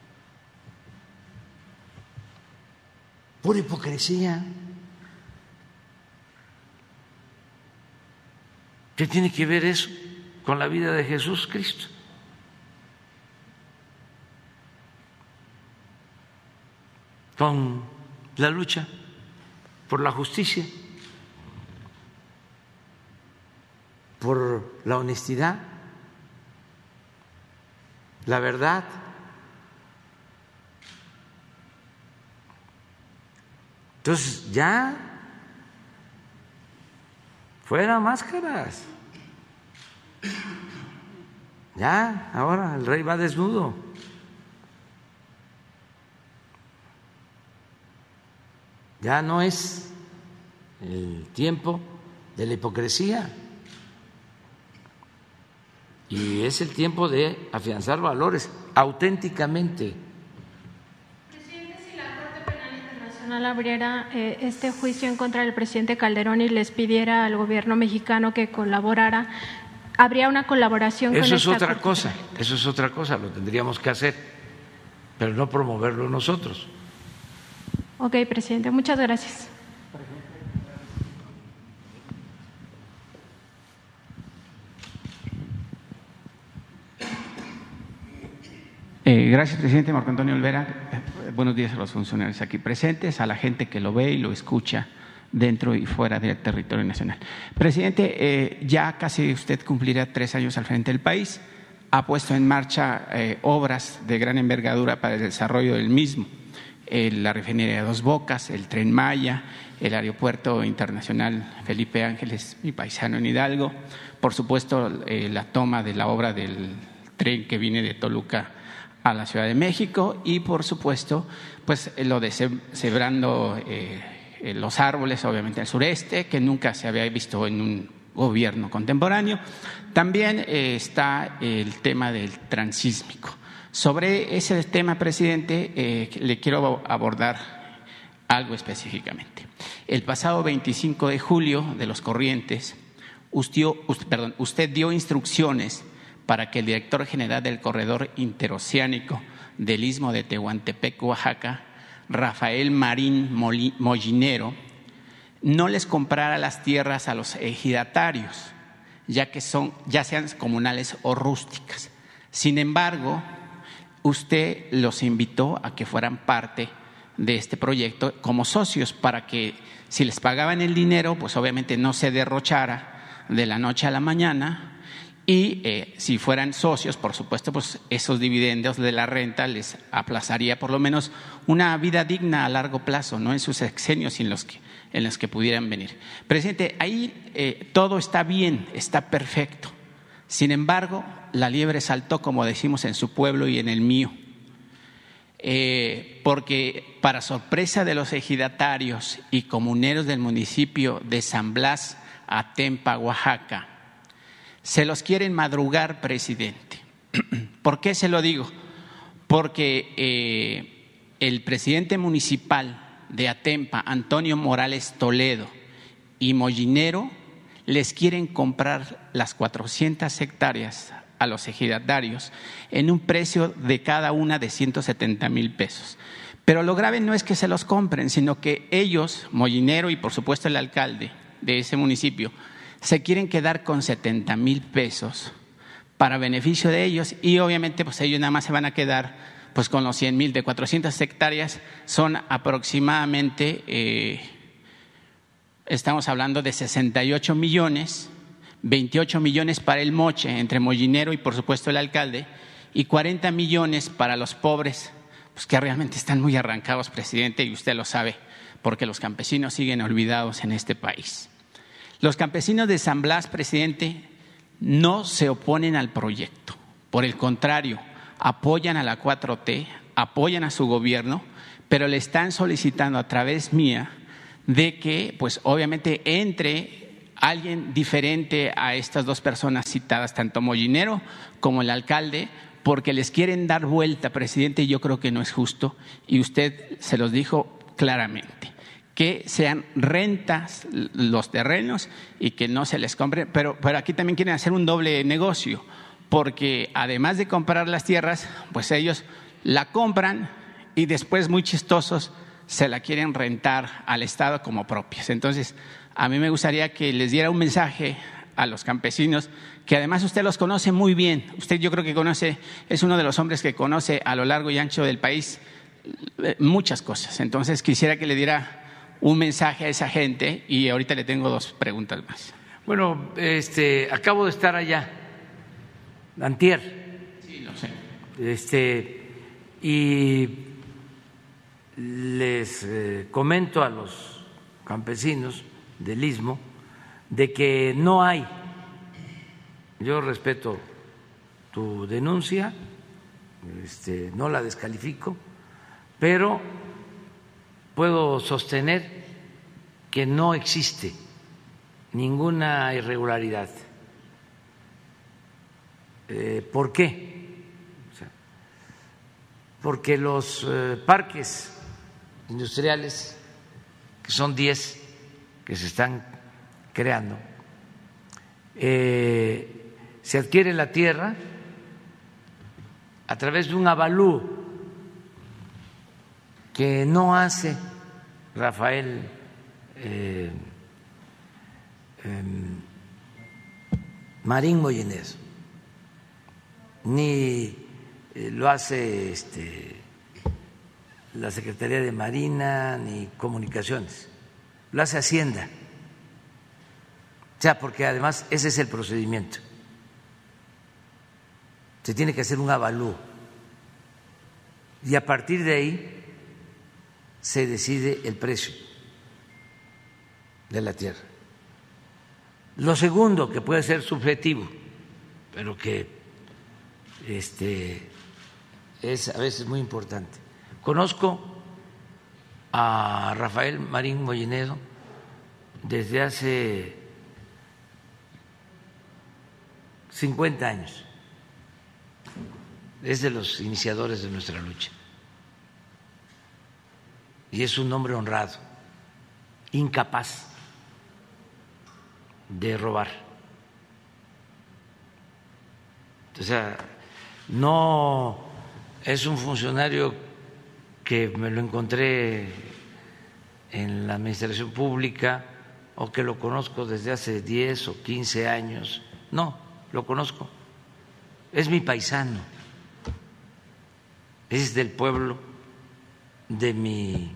Pura hipocresía. ¿Qué tiene que ver eso con la vida de Jesús Cristo? Con la lucha por la justicia, por la honestidad, la verdad. Entonces, ya fuera máscaras. Ya, ahora el rey va desnudo. Ya no es el tiempo de la hipocresía y es el tiempo de afianzar valores auténticamente. Presidente, si la Corte Penal Internacional abriera este juicio en contra del presidente Calderón y les pidiera al gobierno mexicano que colaborara, ¿habría una colaboración con esta Corte? Eso es otra cosa, lo tendríamos que hacer, pero no promoverlo nosotros. Ok, presidente, muchas gracias. Gracias, presidente. Marco Antonio Olvera. Buenos días a los funcionarios aquí presentes, a la gente que lo ve y lo escucha dentro y fuera del territorio nacional. Presidente, ya casi usted cumplirá 3 años al frente del país. Ha puesto en marcha obras de gran envergadura para el desarrollo del mismo. La refinería de Dos Bocas, el Tren Maya, el Aeropuerto Internacional Felipe Ángeles, mi paisano en Hidalgo, por supuesto la toma de la obra del tren que viene de Toluca a la Ciudad de México y por supuesto pues lo de sembrando los árboles obviamente al sureste, que nunca se había visto en un gobierno contemporáneo. También está el tema del transísmico. Sobre ese tema, presidente, le quiero abordar algo específicamente. El pasado 25 de julio de los corrientes, usted dio instrucciones para que el director general del Corredor Interoceánico del Istmo de Tehuantepec, Oaxaca, Rafael Marín Mollinero, no les comprara las tierras a los ejidatarios, ya sean comunales o rústicas. Sin embargo, usted los invitó a que fueran parte de este proyecto como socios para que si les pagaban el dinero, pues obviamente no se derrochara de la noche a la mañana y si fueran socios, por supuesto, pues esos dividendos de la renta les aplazaría por lo menos una vida digna a largo plazo, no en sus sexenios en los que pudieran venir. Presidente, ahí todo está bien, está perfecto. Sin embargo, la liebre saltó, como decimos en su pueblo y en el mío. porque para sorpresa de los ejidatarios y comuneros del municipio de San Blas, Atempa, Oaxaca, se los quieren madrugar, presidente. ¿Por qué se lo digo? Porque el presidente municipal de Atempa, Antonio Morales Toledo, y Mollinero les quieren comprar las 400 hectáreas a los ejidatarios en un precio de cada una de 170,000 pesos. Pero lo grave no es que se los compren, sino que ellos, Mollinero y por supuesto el alcalde de ese municipio, se quieren quedar con 70,000 pesos para beneficio de ellos, y obviamente pues ellos nada más se van a quedar pues con los 100,000. De 400 hectáreas son aproximadamente, estamos hablando de 68 millones, 28 millones para el moche entre Mollinero y por supuesto el alcalde, y 40 millones para los pobres, pues que realmente están muy arrancados, presidente, y usted lo sabe, porque los campesinos siguen olvidados en este país. Los campesinos de San Blas, presidente, no se oponen al proyecto, por el contrario, apoyan a la 4T, apoyan a su gobierno, pero le están solicitando a través mía de que, pues obviamente, entre alguien diferente a estas dos personas citadas, tanto Mollinero como el alcalde, porque les quieren dar vuelta, presidente, y yo creo que no es justo, y usted se los dijo claramente, que sean rentas los terrenos y que no se les compre, pero aquí también quieren hacer un doble negocio, porque además de comprar las tierras, pues ellos la compran y después, muy chistosos, se la quieren rentar al Estado como propias. Entonces, a mí me gustaría que les diera un mensaje a los campesinos, que además usted los conoce muy bien. Usted, yo creo que conoce, es uno de los hombres que conoce a lo largo y ancho del país muchas cosas. Entonces, quisiera que le diera un mensaje a esa gente, y ahorita le tengo dos preguntas más. Bueno, acabo de estar allá, antier. Sí, lo sé. Y les comento a los campesinos del Istmo de que no hay, yo respeto tu denuncia, no la descalifico, pero puedo sostener que no existe ninguna irregularidad. ¿Por qué? Porque los parques industriales, que son 10 que se están creando, se adquiere la tierra a través de un avalúo que no hace Rafael Marín Mollinero, ni lo hace la Secretaría de Marina ni Comunicaciones, lo hace Hacienda. O sea, porque además ese es el procedimiento. Se tiene que hacer un avalúo y a partir de ahí se decide el precio de la tierra. Lo segundo, que puede ser subjetivo, pero que es a veces muy importante. Conozco a Rafael Marín Mollinero desde hace 50 años. Es de los iniciadores de nuestra lucha. Y es un hombre honrado, incapaz de robar. O sea, no es un funcionario que me lo encontré en la administración pública o que lo conozco desde hace 10 o 15 años. No, lo conozco. Es mi paisano. Es del pueblo de mi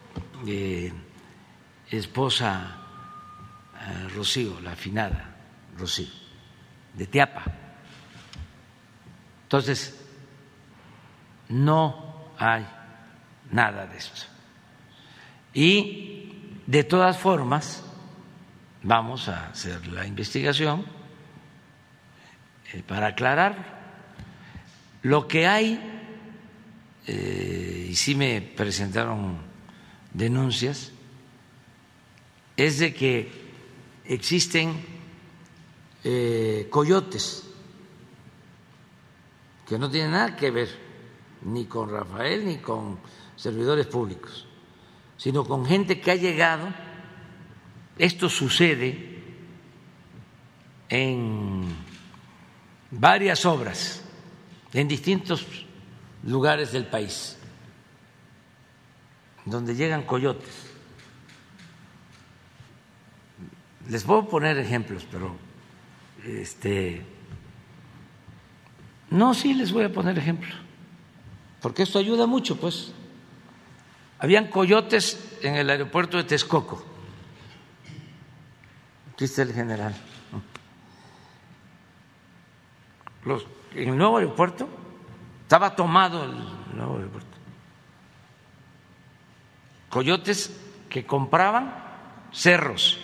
esposa Rocío, la afinada Rocío, de Teapa. Entonces, no hay nada de esto. Y de todas formas, vamos a hacer la investigación para aclarar. Lo que hay y sí me presentaron denuncias, es de que existen coyotes que no tienen nada que ver ni con Rafael ni con servidores públicos, sino con gente que ha llegado. Esto sucede en varias obras en distintos lugares del país, donde llegan coyotes. Les puedo poner ejemplos, pero no, sí les voy a poner ejemplos, porque esto ayuda mucho, pues. Habían coyotes en el aeropuerto de Texcoco. Aquí está el general. En el nuevo aeropuerto estaba tomado el nuevo aeropuerto. Coyotes que compraban cerros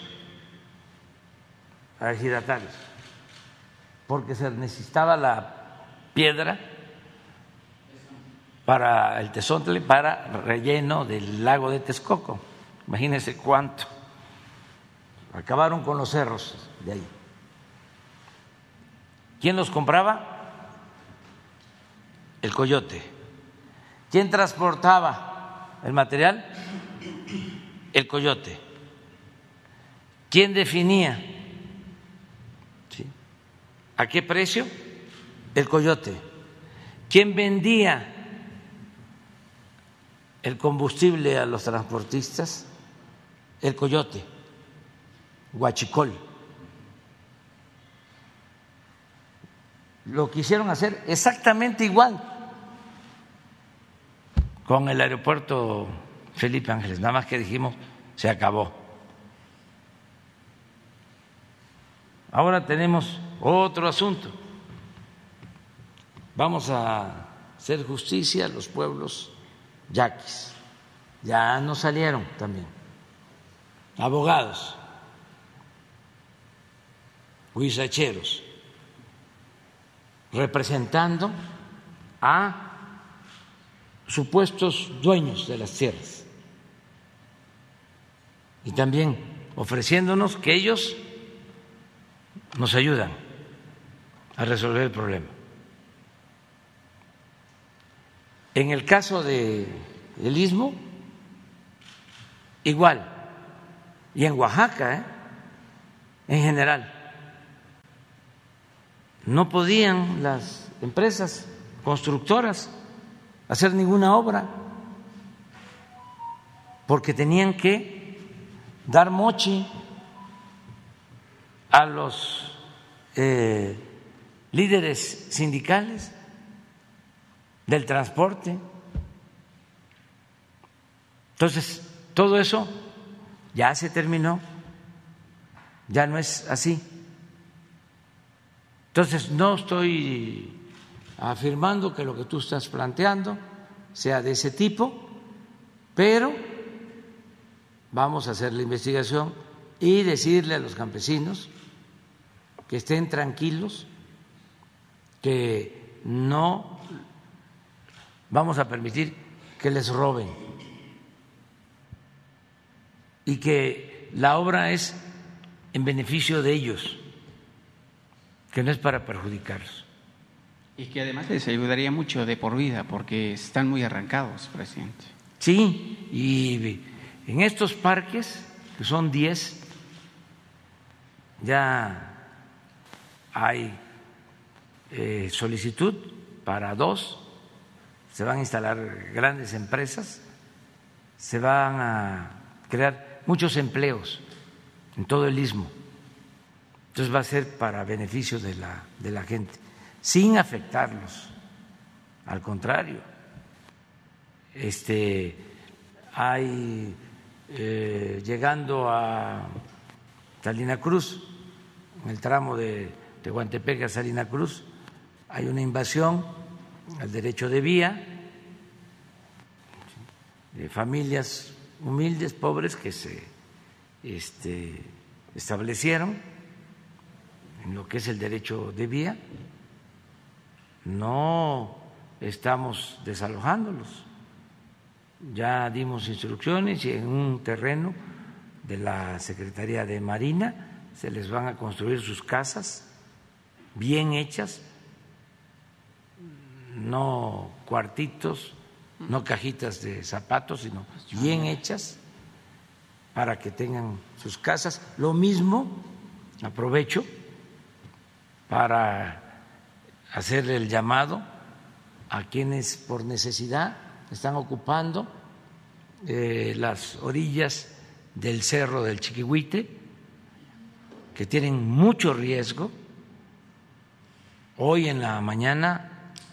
a ejidatarios porque se necesitaba la piedra para el tezontle, para relleno del lago de Texcoco. Imagínense cuánto. Acabaron con los cerros de ahí. ¿Quién los compraba? El coyote. ¿Quién transportaba el material? El coyote. ¿Quién definía? ¿Sí? ¿A qué precio? El coyote. ¿Quién vendía el combustible a los transportistas? El coyote, huachicol. Lo quisieron hacer exactamente igual con el aeropuerto Felipe Ángeles, nada más que dijimos se acabó. Ahora tenemos otro asunto. Vamos a hacer justicia a los pueblos yaquis. Ya no salieron también abogados, huizacheros, representando a supuestos dueños de las tierras y también ofreciéndonos que ellos nos ayudan a resolver el problema. En el caso del Istmo, igual, y en Oaxaca, en general, no podían las empresas constructoras hacer ninguna obra porque tenían que dar moche a los líderes sindicales del transporte. Entonces, todo eso ya se terminó, ya no es así. Entonces, no estoy afirmando que lo que tú estás planteando sea de ese tipo, pero vamos a hacer la investigación y decirle a los campesinos que estén tranquilos, que no vamos a permitir que les roben y que la obra es en beneficio de ellos, que no es para perjudicarlos. Y que además les ayudaría mucho de por vida, porque están muy arrancados, presidente. Sí, y en estos parques, que son 10, ya hay solicitud para 2, se van a instalar grandes empresas, se van a crear muchos empleos en todo el Istmo. Entonces va a ser para beneficio de la gente, sin afectarlos, al contrario. Hay llegando a Salina Cruz, en el tramo de Tehuantepec a Salina Cruz, hay una invasión al derecho de vía de familias humildes, pobres, que se establecieron en lo que es el derecho de vía, no estamos desalojándolos. Ya dimos instrucciones y en un terreno de la Secretaría de Marina se les van a construir sus casas bien hechas, no cuartitos, no cajitas de zapatos, sino bien hechas para que tengan sus casas. Lo mismo, aprovecho para hacerle el llamado a quienes por necesidad están ocupando las orillas del Cerro del Chiquihuite, que tienen mucho riesgo. Hoy en la mañana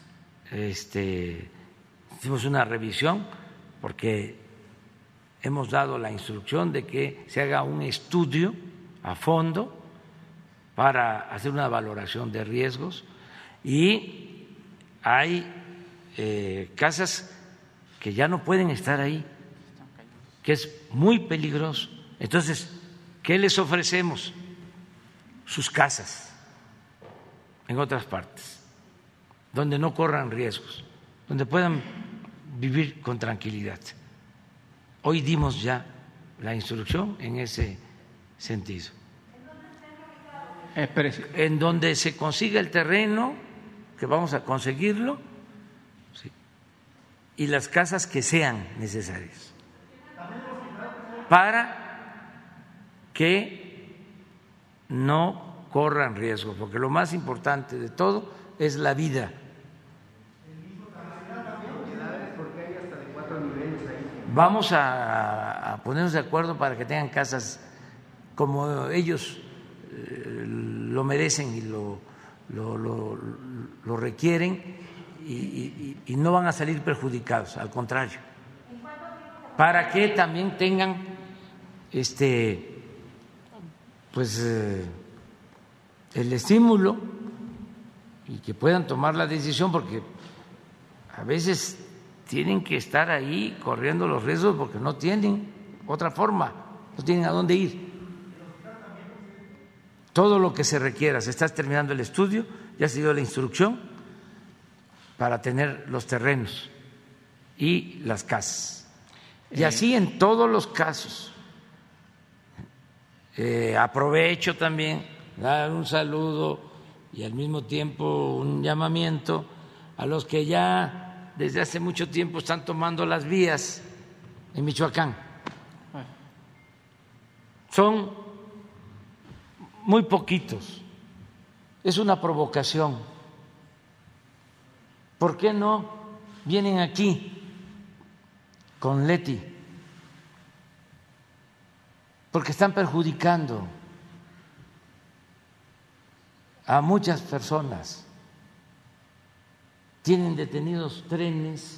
hicimos una revisión porque hemos dado la instrucción de que se haga un estudio a fondo para hacer una valoración de riesgos, y hay casas que ya no pueden estar ahí, que es muy peligroso. Entonces, ¿qué les ofrecemos? Sus casas en otras partes, donde no corran riesgos, donde puedan vivir con tranquilidad. Hoy dimos ya la instrucción en ese sentido. En donde se consiga el terreno, que vamos a conseguirlo, sí, y las casas que sean necesarias para que no corran riesgo, porque lo más importante de todo es la vida. Vamos a ponernos de acuerdo para que tengan casas como ellos lo merecen y lo requieren, y no van a salir perjudicados, al contrario, para que también tengan el estímulo y que puedan tomar la decisión, porque a veces tienen que estar ahí corriendo los riesgos porque no tienen otra forma, no tienen a dónde ir. Todo lo que se requiera, se está terminando el estudio, ya se dio la instrucción para tener los terrenos y las casas. Y así en todos los casos. Aprovecho también dar un saludo y al mismo tiempo un llamamiento a los que ya desde hace mucho tiempo están tomando las vías en Michoacán. Son muy poquitos, es una provocación. ¿Por qué no vienen aquí con Leti? Porque están perjudicando a muchas personas. Tienen detenidos trenes,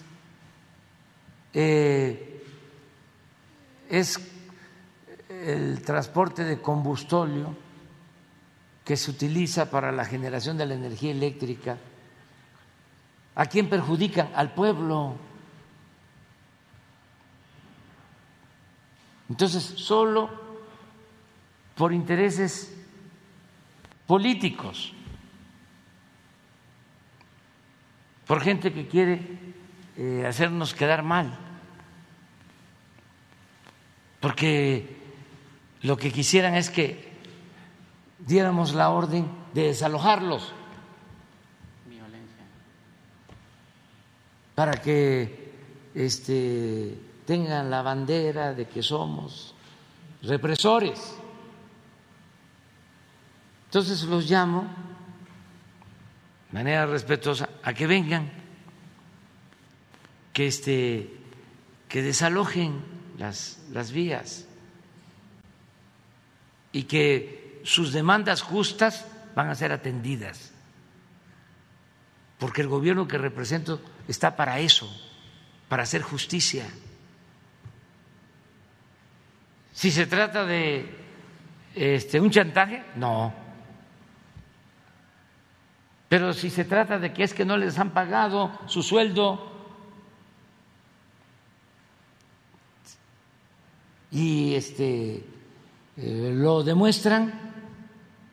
es el transporte de combustóleo que se utiliza para la generación de la energía eléctrica. ¿A quién perjudican? Al pueblo. Entonces, solo por intereses políticos, por gente que quiere hacernos quedar mal, porque lo que quisieran es que diéramos la orden de desalojarlos, para que tengan la bandera de que somos represores. Entonces los llamo de manera respetuosa a que vengan, que desalojen las vías y que sus demandas justas van a ser atendidas, porque el gobierno que represento está para eso, para hacer justicia. Si se trata de un chantaje, no. Pero si se trata de que es que no les han pagado su sueldo y lo demuestran,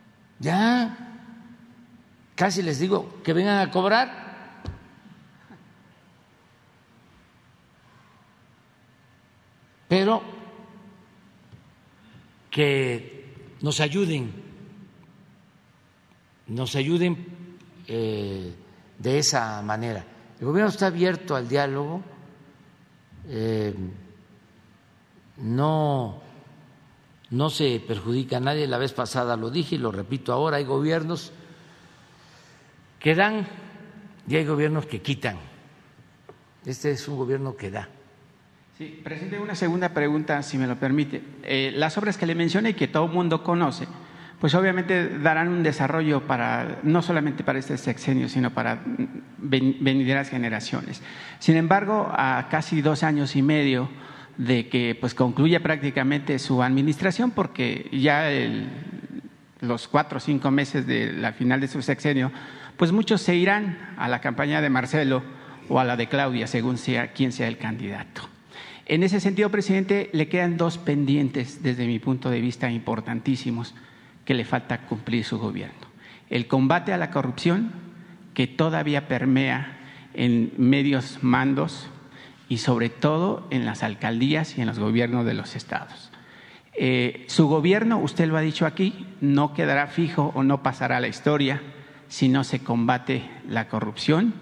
ya casi les digo que vengan a cobrar, pero que nos ayuden de esa manera. El gobierno está abierto al diálogo, no se perjudica a nadie. La vez pasada lo dije y lo repito ahora, hay gobiernos que dan y hay gobiernos que quitan. Este es un gobierno que da. Sí, presidente, una segunda pregunta, si me lo permite. Las obras que le mencioné y que todo el mundo conoce, pues obviamente darán un desarrollo no solamente para este sexenio, sino para venideras generaciones. Sin embargo, a casi 2 años y medio de que pues concluya prácticamente su administración, porque ya los 4 o 5 meses de la final de su sexenio, pues muchos se irán a la campaña de Marcelo o a la de Claudia, según quién sea el candidato. En ese sentido, presidente, le quedan 2 pendientes desde mi punto de vista importantísimos que le falta cumplir su gobierno. El combate a la corrupción, que todavía permea en medios mandos y sobre todo en las alcaldías y en los gobiernos de los estados. Su gobierno, usted lo ha dicho aquí, no quedará fijo o no pasará a la historia si no se combate la corrupción,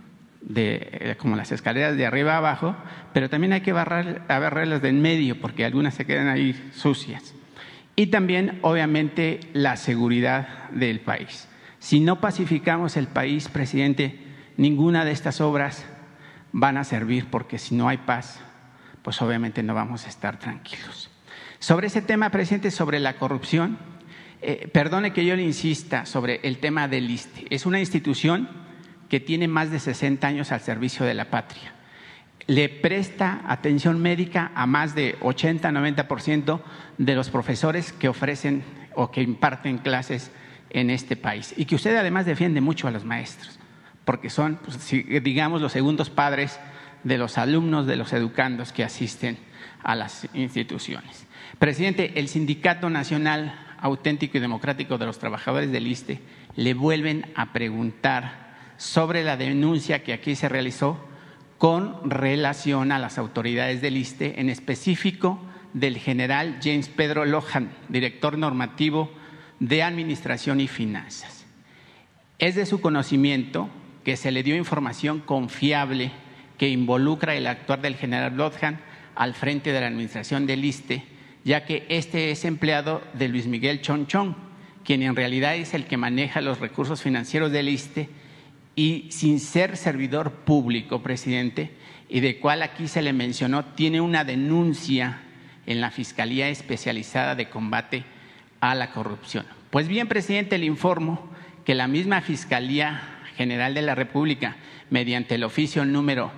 como las escaleras de arriba a abajo, pero también hay que barrerlas de en medio porque algunas se quedan ahí sucias. Y también, obviamente, la seguridad del país. Si no pacificamos el país, presidente, ninguna de estas obras van a servir, porque si no hay paz, pues obviamente no vamos a estar tranquilos. Sobre ese tema, presidente, sobre la corrupción, perdone que yo le insista sobre el tema del ISSSTE. Es una institución que tiene más de 60 años al servicio de la patria. Le presta atención médica a más de 80-90% de los profesores que ofrecen o que imparten clases en este país, y que usted además defiende mucho a los maestros, porque son, pues, digamos, los segundos padres de los alumnos, de los educandos que asisten a las instituciones. Presidente, el Sindicato Nacional Auténtico y Democrático de los Trabajadores del ISSSTE le vuelven a preguntar sobre la denuncia que aquí se realizó con relación a las autoridades del ISSSTE, en específico del general James Pedro Lohan, director normativo de Administración y Finanzas. Es de su conocimiento que se le dio información confiable que involucra el actuar del general Lohan al frente de la administración del ISSSTE, ya que este es empleado de Luis Miguel Chong Chong, quien en realidad es el que maneja los recursos financieros del ISSSTE, y sin ser servidor público, presidente, y de cual aquí se le mencionó, tiene una denuncia en la Fiscalía Especializada de Combate a la Corrupción. Pues bien, presidente, le informo que la misma Fiscalía General de la República, mediante el oficio número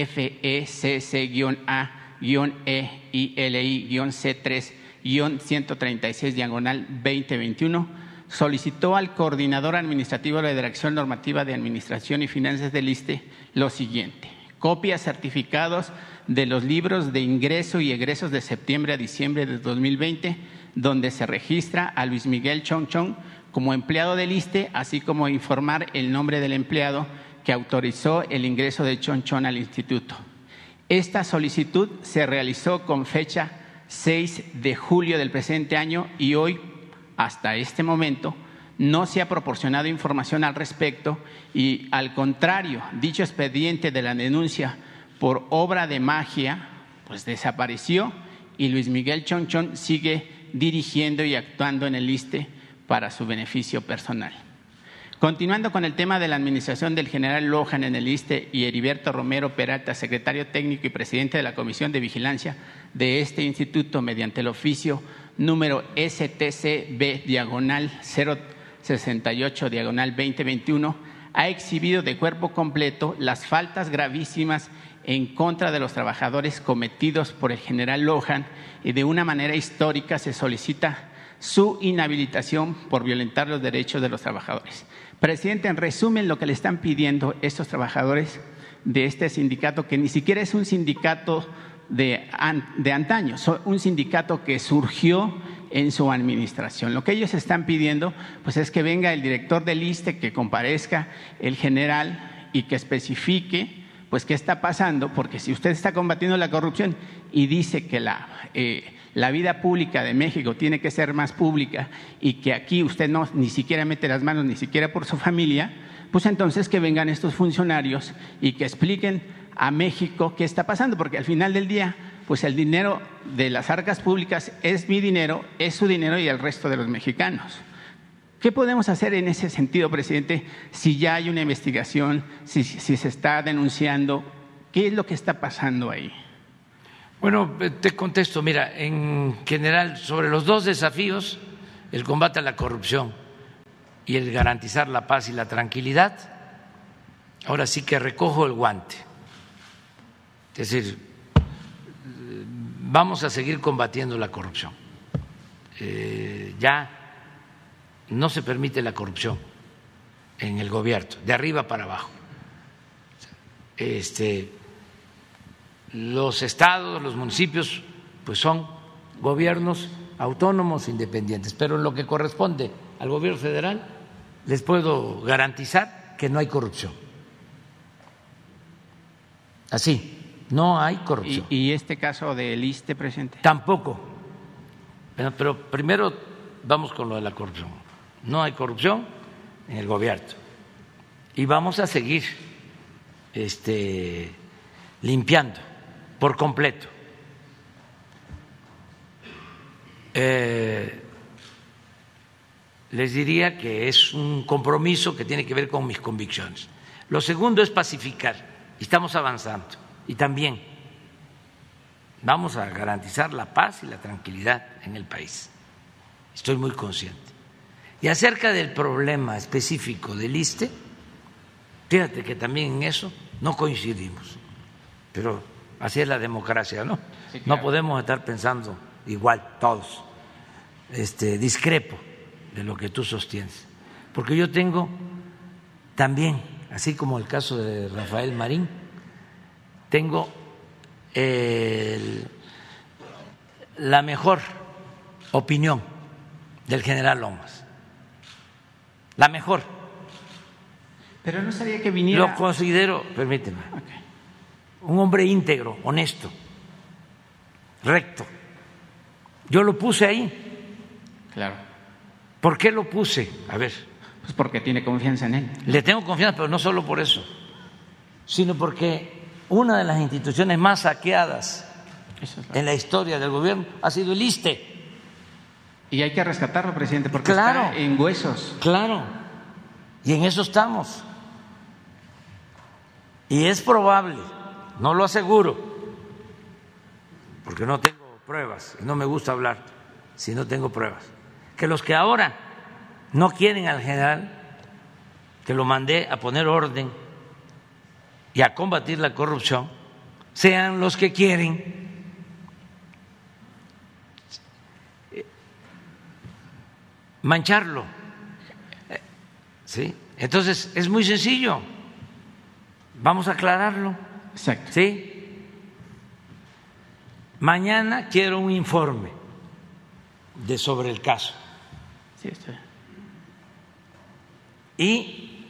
FECC-AEI-C3-C36-136-2021, solicitó al coordinador administrativo de la Dirección Normativa de Administración y Finanzas del ISSSTE lo siguiente: copias, certificados de los libros de ingreso y egresos de septiembre a diciembre de 2020, donde se registra a Luis Miguel Chong Chong como empleado del ISSSTE, así como informar el nombre del empleado que autorizó el ingreso de Chong Chong al instituto. Esta solicitud se realizó con fecha 6 de julio del presente año y hoy, hasta este momento, no se ha proporcionado información al respecto y, al contrario, dicho expediente de la denuncia por obra de magia, pues desapareció, y Luis Miguel Chong Chong sigue dirigiendo y actuando en el ISSSTE para su beneficio personal. Continuando con el tema de la administración del general Lohan en el ISSSTE y Heriberto Romero Peralta, secretario técnico y presidente de la Comisión de Vigilancia de este instituto, mediante el oficio número STCB/068/2021, ha exhibido de cuerpo completo las faltas gravísimas en contra de los trabajadores cometidos por el general Lohan, y de una manera histórica se solicita su inhabilitación por violentar los derechos de los trabajadores. Presidente, en resumen, lo que le están pidiendo estos trabajadores de este sindicato, que ni siquiera es un sindicato de antaño, un sindicato que surgió en su administración. Lo que ellos están pidiendo, pues, es que venga el director del ISSSTE, que comparezca el general y que especifique pues qué está pasando, porque si usted está combatiendo la corrupción y dice que la vida pública de México tiene que ser más pública y que aquí usted no ni siquiera mete las manos, ni siquiera por su familia, pues entonces que vengan estos funcionarios y que expliquen a México qué está pasando, porque al final del día, pues el dinero de las arcas públicas es mi dinero, es su dinero y el resto de los mexicanos. ¿Qué podemos hacer en ese sentido, presidente, si ya hay una investigación, si se está denunciando? ¿Qué es lo que está pasando ahí? Bueno, te contesto. Mira, en general, sobre los dos desafíos, el combate a la corrupción y el garantizar la paz y la tranquilidad, ahora sí que recojo el guante. Es decir, vamos a seguir combatiendo la corrupción. Ya no se permite la corrupción en el gobierno, de arriba para abajo. Los estados, los municipios, pues son gobiernos autónomos, independientes, pero en lo que corresponde al gobierno federal, les puedo garantizar que no hay corrupción. Así, no hay corrupción. ¿Y este caso del ISSSTE, presidente? Tampoco. Pero primero vamos con lo de la corrupción. No hay corrupción en el gobierno. Y vamos a seguir limpiando por completo. Les diría que es un compromiso que tiene que ver con mis convicciones. Lo segundo es pacificar, y estamos avanzando. Y también vamos a garantizar la paz y la tranquilidad en el país. Estoy muy consciente. Y acerca del problema específico del ISSSTE, fíjate que también en eso no coincidimos, pero así es la democracia, ¿no? Sí, claro. No podemos estar pensando igual todos. Discrepo de lo que tú sostienes, porque yo tengo también, así como el caso de Rafael Marín, tengo la mejor opinión del general Lomas, la mejor. Pero no sabía que viniera. Lo considero, permíteme, un hombre íntegro, honesto, recto. Yo lo puse ahí. Claro. ¿Por qué lo puse? A ver. Pues porque tiene confianza en él. Le tengo confianza, pero no solo por eso, sino porque una de las instituciones más saqueadas en la historia del gobierno ha sido el ISSSTE. Y hay que rescatarlo, presidente, porque claro, está en huesos. Claro, y en eso estamos. Y es probable, no lo aseguro, porque no tengo pruebas, y no me gusta hablar si no tengo pruebas, que los que ahora no quieren al general, que lo mandé a poner orden y a combatir la corrupción, sean los que quieren mancharlo. ¿Sí? Entonces, es muy sencillo. Vamos a aclararlo. Exacto. ¿Sí? Mañana quiero un informe sobre el caso. Sí, está bien. Y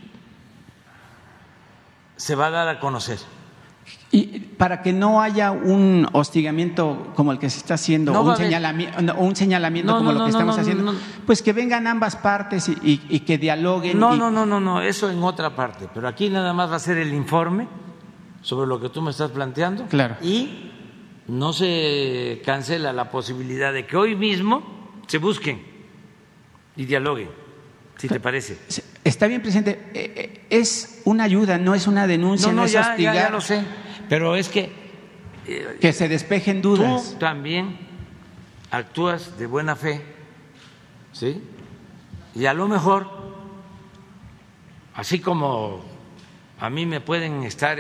se va a dar a conocer. Y para que no haya un hostigamiento como el que se está haciendo, no un señalamiento como lo que estamos haciendo, pues que vengan ambas partes y que dialoguen. No, eso en otra parte, pero aquí nada más va a ser el informe sobre lo que tú me estás planteando. Claro. Y no se cancela la posibilidad de que hoy mismo se busquen y dialoguen, si te parece. Está bien, presidente. Es una ayuda, no es una denuncia, no es hostigar. Ya lo sé, pero es que se despejen dudas. Tú también actúas de buena fe, ¿sí? Y a lo mejor, así como a mí me pueden estar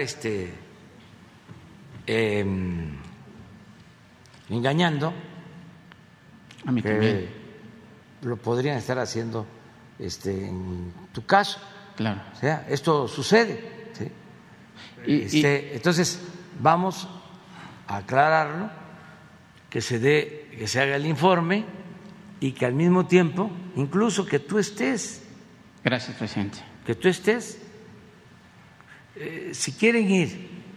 engañando, a mí también lo podrían estar haciendo en tu caso. Claro. O sea, esto sucede, ¿sí? Entonces vamos a aclararlo, que se haga el informe y que al mismo tiempo, incluso que tú estés. Gracias, presidente. Que tú estés. Si quieren ir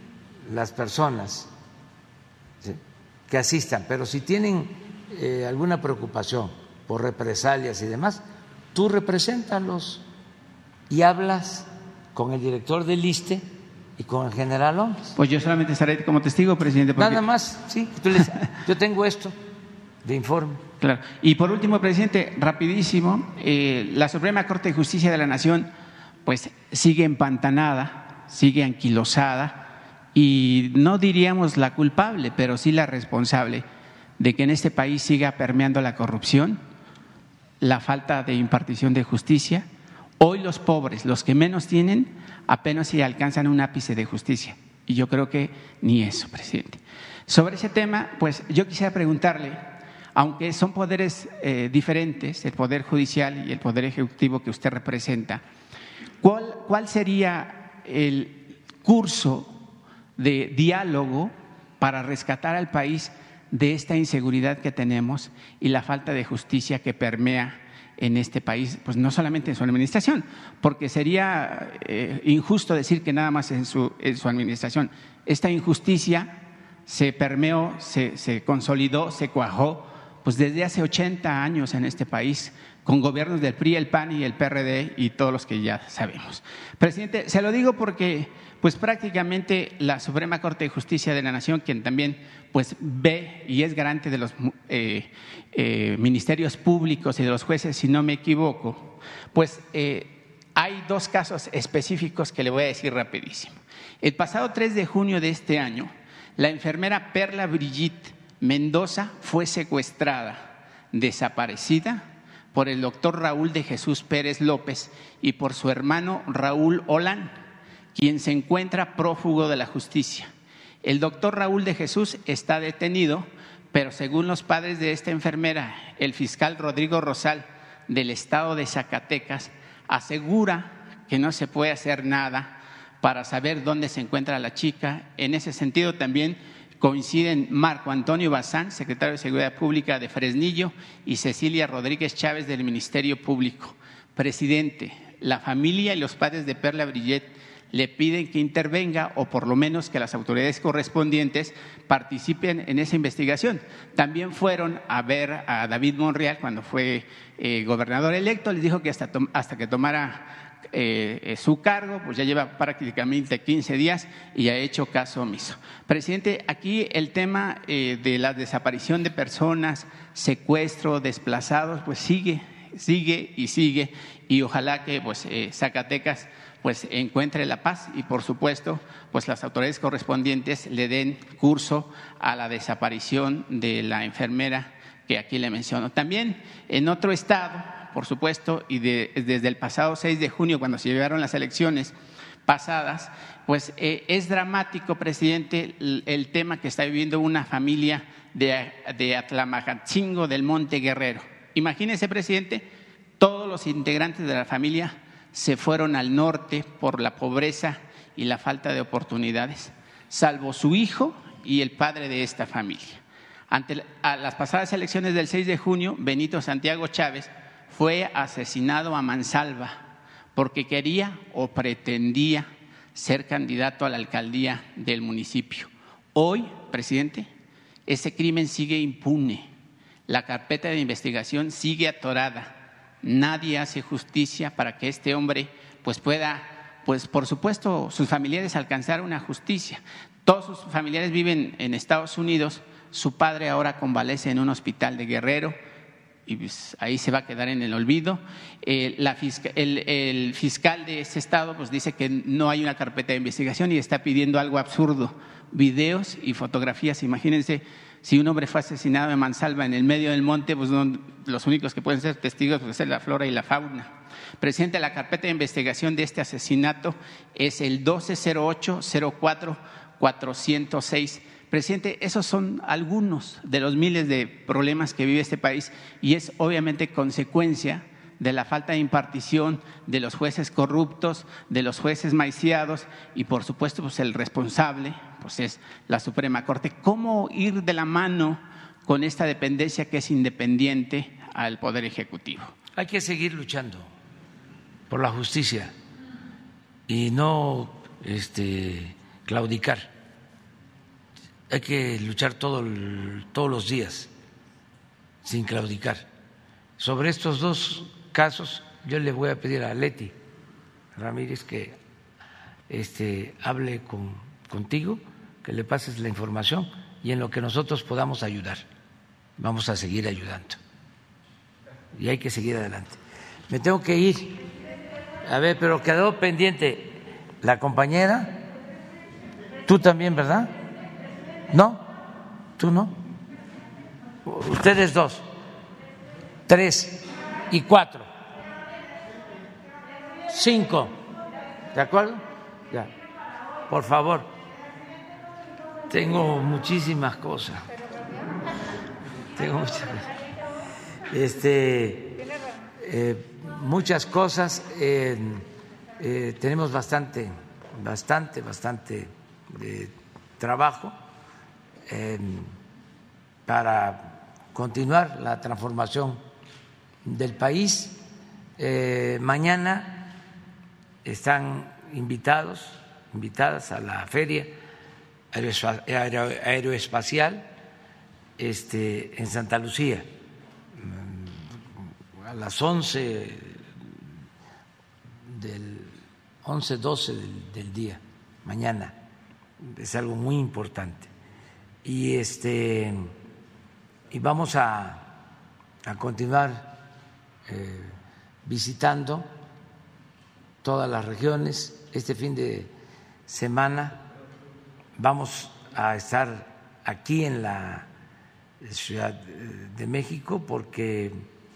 las personas, ¿sí?, que asistan, pero si tienen alguna preocupación por represalias y demás, tú represéntalos y hablas con el director del ISSSTE y con el general Hombres. Pues yo solamente estaré como testigo, presidente. Porque... Nada más, sí. Yo tengo esto de informe. Claro. Y por último, presidente, rapidísimo, la Suprema Corte de Justicia de la Nación pues sigue empantanada, sigue anquilosada y no diríamos la culpable, pero sí la responsable de que en este país siga permeando la corrupción, la falta de impartición de justicia. Hoy los pobres, los que menos tienen, apenas si alcanzan un ápice de justicia. Y yo creo que ni eso, presidente. Sobre ese tema, pues yo quisiera preguntarle, aunque son poderes diferentes, el Poder Judicial y el Poder Ejecutivo que usted representa, ¿cuál sería el curso de diálogo para rescatar al país de esta inseguridad que tenemos y la falta de justicia que permea en este país, pues no solamente en su administración, porque sería injusto decir que nada más en su administración. Esta injusticia se permeó, se consolidó, se cuajó, pues desde hace 80 años en este país, con gobiernos del PRI, el PAN y el PRD y todos los que ya sabemos. Presidente, se lo digo porque pues prácticamente la Suprema Corte de Justicia de la Nación, quien también pues ve y es garante de los ministerios públicos y de los jueces, si no me equivoco, pues hay dos casos específicos que le voy a decir rapidísimo. El pasado 3 de junio de este año, la enfermera Perla Brigitte Mendoza fue secuestrada, desaparecida por el doctor Raúl de Jesús Pérez López y por su hermano Raúl Olán, quien se encuentra prófugo de la justicia. El doctor Raúl de Jesús está detenido, pero según los padres de esta enfermera, el fiscal Rodrigo Rosal del estado de Zacatecas asegura que no se puede hacer nada para saber dónde se encuentra la chica. En ese sentido también coinciden Marco Antonio Bazán, secretario de Seguridad Pública de Fresnillo, y Cecilia Rodríguez Chávez del Ministerio Público. Presidente, la familia y los padres de Perla Brigitte le piden que intervenga o por lo menos que las autoridades correspondientes participen en esa investigación. También fueron a ver a David Monreal cuando fue gobernador electo, les dijo que hasta que tomara su cargo, pues ya lleva prácticamente 15 días y ha hecho caso omiso. Presidente, aquí el tema de la desaparición de personas, secuestro, desplazados, pues sigue y ojalá que pues Zacatecas pues encuentre la paz y por supuesto pues las autoridades correspondientes le den curso a la desaparición de la enfermera que aquí le menciono. También en otro estado, por supuesto, y desde el pasado 6 de junio, cuando se llevaron las elecciones pasadas, pues es dramático, presidente, el tema que está viviendo una familia de Atlamajatzingo del Monte Guerrero. Imagínese, presidente, todos los integrantes de la familia se fueron al norte por la pobreza y la falta de oportunidades, salvo su hijo y el padre de esta familia. Ante las pasadas elecciones del 6 de junio, Benito Santiago Chávez fue asesinado a mansalva porque quería o pretendía ser candidato a la alcaldía del municipio. Hoy, presidente, ese crimen sigue impune, la carpeta de investigación sigue atorada. Nadie hace justicia para que este hombre pues pueda, pues por supuesto, sus familiares alcanzar una justicia. Todos sus familiares viven en Estados Unidos, su padre ahora convalece en un hospital de Guerrero y pues ahí se va a quedar en el olvido. El fiscal de ese estado pues dice que no hay una carpeta de investigación y está pidiendo algo absurdo, videos y fotografías. Imagínense, si un hombre fue asesinado en mansalva en el medio del monte, pues los únicos que pueden ser testigos pues, es la flora y la fauna. Presidente, la carpeta de investigación de este asesinato es el 1208-04-406. Presidente, esos son algunos de los miles de problemas que vive este país y es obviamente consecuencia de la falta de impartición de los jueces corruptos, de los jueces maiciados y por supuesto pues el responsable pues es la Suprema Corte. ¿Cómo ir de la mano con esta dependencia que es independiente al Poder Ejecutivo? Hay que seguir luchando por la justicia y no claudicar hay que luchar todos los días sin claudicar. Sobre estos dos casos, yo le voy a pedir a Leti Ramírez que hable contigo, que le pases la información y en lo que nosotros podamos ayudar, vamos a seguir ayudando. Y hay que seguir adelante. Me tengo que ir. A ver, pero quedó pendiente la compañera. Tú también, ¿verdad? ¿No? ¿Tú no? Ustedes 2, 3 y 4, 5. ¿De acuerdo? Ya. Por favor. Tengo muchísimas cosas. Tengo muchas cosas. Muchas cosas. Tenemos bastante trabajo para continuar la transformación del país. Mañana están invitadas a la Feria Aeroespacial en Santa Lucía a las 11, 12 del día, mañana. Es algo muy importante. Y vamos a continuar visitando todas las regiones. Este fin de semana vamos a estar aquí en la Ciudad de México porque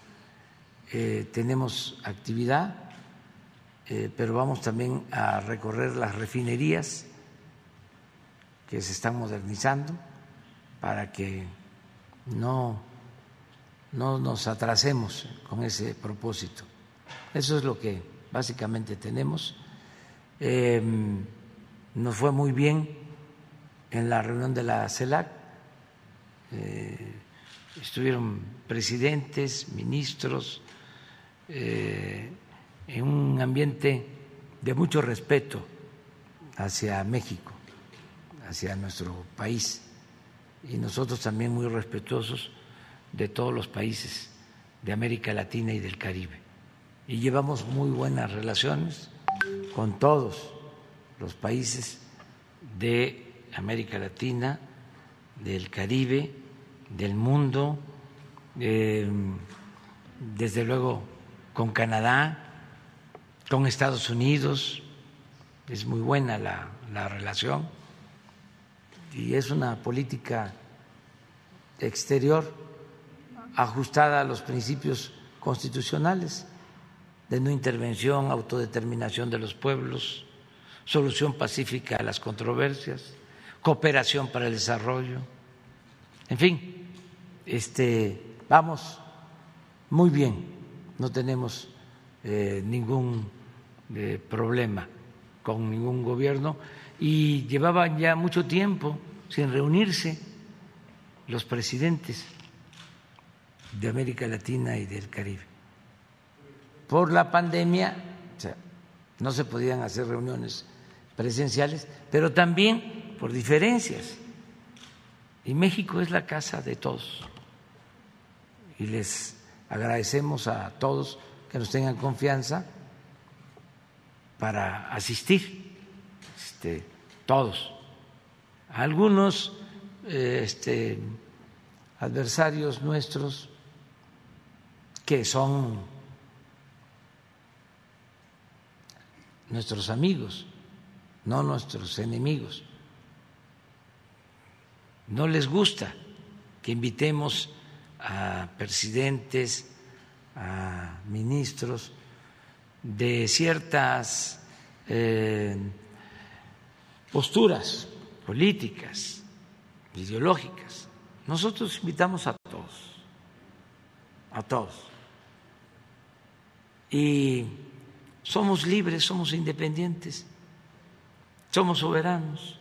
tenemos actividad, pero vamos también a recorrer las refinerías que se están modernizando para que no nos atrasemos con ese propósito. Eso es lo que básicamente tenemos. Nos fue muy bien en la reunión de la CELAC. Estuvieron presidentes, ministros, en un ambiente de mucho respeto hacia México, hacia nuestro país, y nosotros también muy respetuosos de todos los países de América Latina y del Caribe. Y llevamos muy buenas relaciones con todos los países de América Latina, del Caribe, del mundo, desde luego con Canadá, con Estados Unidos. Es muy buena la relación y es una política exterior ajustada a los principios constitucionales de no intervención, autodeterminación de los pueblos, solución pacífica a las controversias, cooperación para el desarrollo. En fin, vamos muy bien, no tenemos ningún problema con ningún gobierno, y llevaban ya mucho tiempo sin reunirse los presidentes de América Latina y del Caribe. Por la pandemia, o sea, no se podían hacer reuniones presenciales, pero también por diferencias. Y México es la casa de todos. Y les agradecemos a todos que nos tengan confianza para asistir, todos. Algunos adversarios nuestros que son nuestros amigos, no nuestros enemigos. No les gusta que invitemos a presidentes, a ministros de ciertas posturas políticas, ideológicas. Nosotros invitamos a todos. Y somos libres, somos independientes, somos soberanos.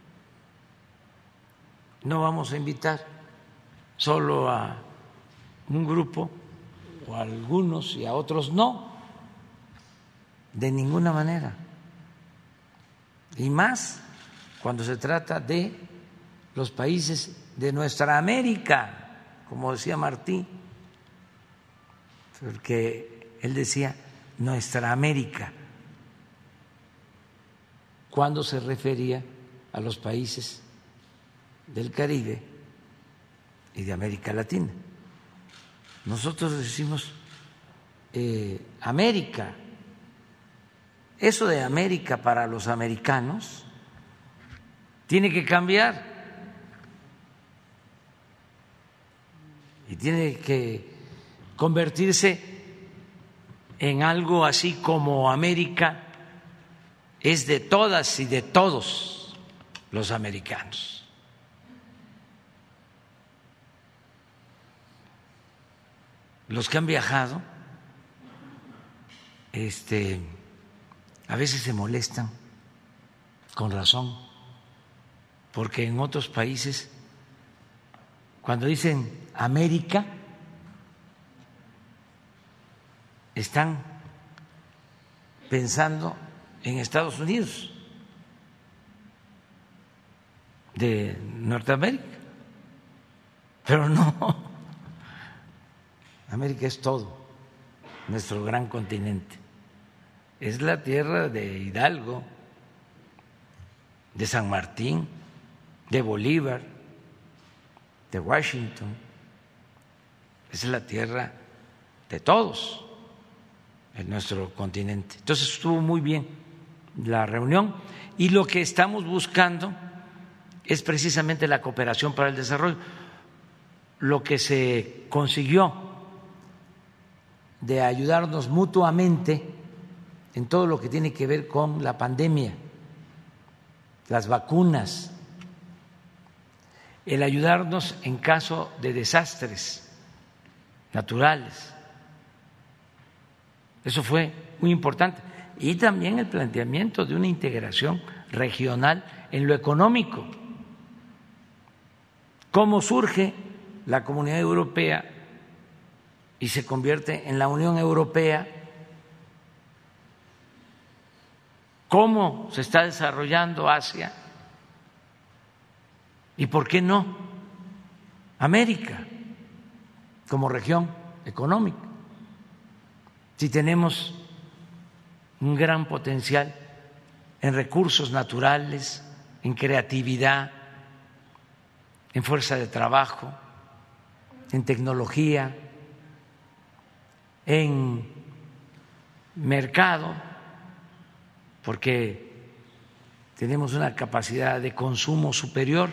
No vamos a invitar solo a un grupo o a algunos y a otros no, de ninguna manera. Y más cuando se trata de los países de nuestra América, como decía Martí, porque él decía nuestra América, cuando se refería a los países del Caribe y de América Latina. Nosotros decimos América. Eso de América para los americanos tiene que cambiar y tiene que convertirse en algo así como América es de todas y de todos los americanos. Los que han viajado a veces se molestan, con razón, porque en otros países, cuando dicen América, están pensando en Estados Unidos de Norteamérica, pero no, América es todo, nuestro gran continente. Es la tierra de Hidalgo, de San Martín, de Bolívar, de Washington. Es la tierra de todos en nuestro continente. Entonces estuvo muy bien la reunión y lo que estamos buscando es precisamente la cooperación para el desarrollo. Lo que se consiguió de ayudarnos mutuamente en todo lo que tiene que ver con la pandemia, las vacunas, el ayudarnos en caso de desastres naturales. Eso fue muy importante. Y también el planteamiento de una integración regional en lo económico. ¿Cómo surge la Comunidad Europea y se convierte en la Unión Europea? ¿Cómo se está desarrollando Asia? ¿Y por qué no América como región económica? Si tenemos un gran potencial en recursos naturales, en creatividad, en fuerza de trabajo, en tecnología, en mercado, porque tenemos una capacidad de consumo superior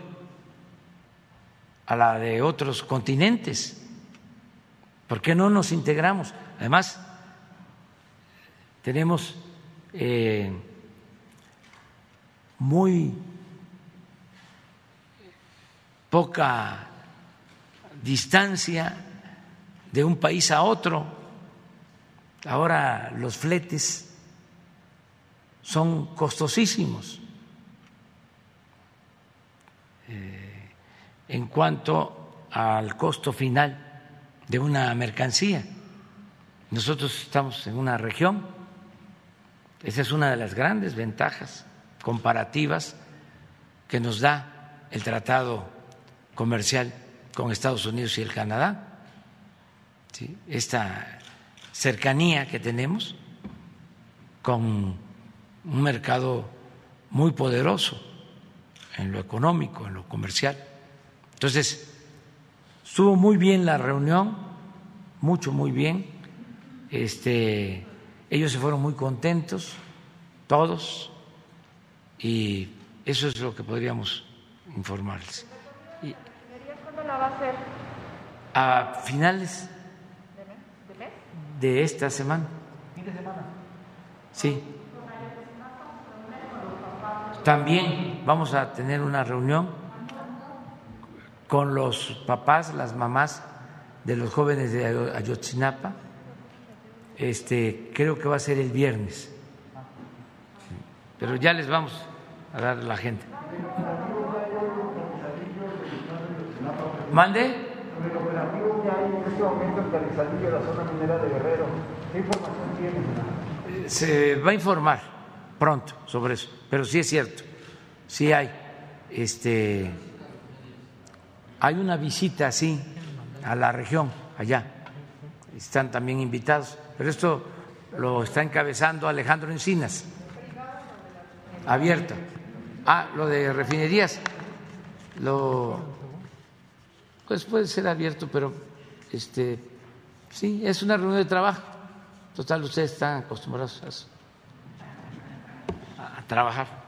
a la de otros continentes. ¿Por qué no nos integramos? Además, tenemos muy poca distancia de un país a otro. Ahora los fletes son costosísimos en cuanto al costo final de una mercancía. Nosotros estamos en una región, esa es una de las grandes ventajas comparativas que nos da el tratado comercial con Estados Unidos y el Canadá, ¿sí? Esta cercanía que tenemos con un mercado muy poderoso en lo económico, en lo comercial. Entonces, estuvo muy bien la reunión, muy bien. Ellos se fueron muy contentos, todos, y eso es lo que podríamos informarles. ¿Cuándo la va a hacer? A finales de esta semana. ¿Fin de semana? Sí. También vamos a tener una reunión con los papás, las mamás de los jóvenes de Ayotzinapa. Creo que va a ser el viernes, pero ya les vamos a dar la agenda. ¿Mande? Sobre el operativo que hay en este momento en Carrizalillo, la zona minera de Guerrero, ¿qué información tienen? Se va a informar pronto sobre eso, pero sí es cierto, sí hay hay una visita así a la región, allá. Están también invitados, pero esto lo está encabezando Alejandro Encinas. Abierta. Lo de refinerías, pues puede ser abierto, pero sí, es una reunión de trabajo. Total, ustedes están acostumbrados a trabajar.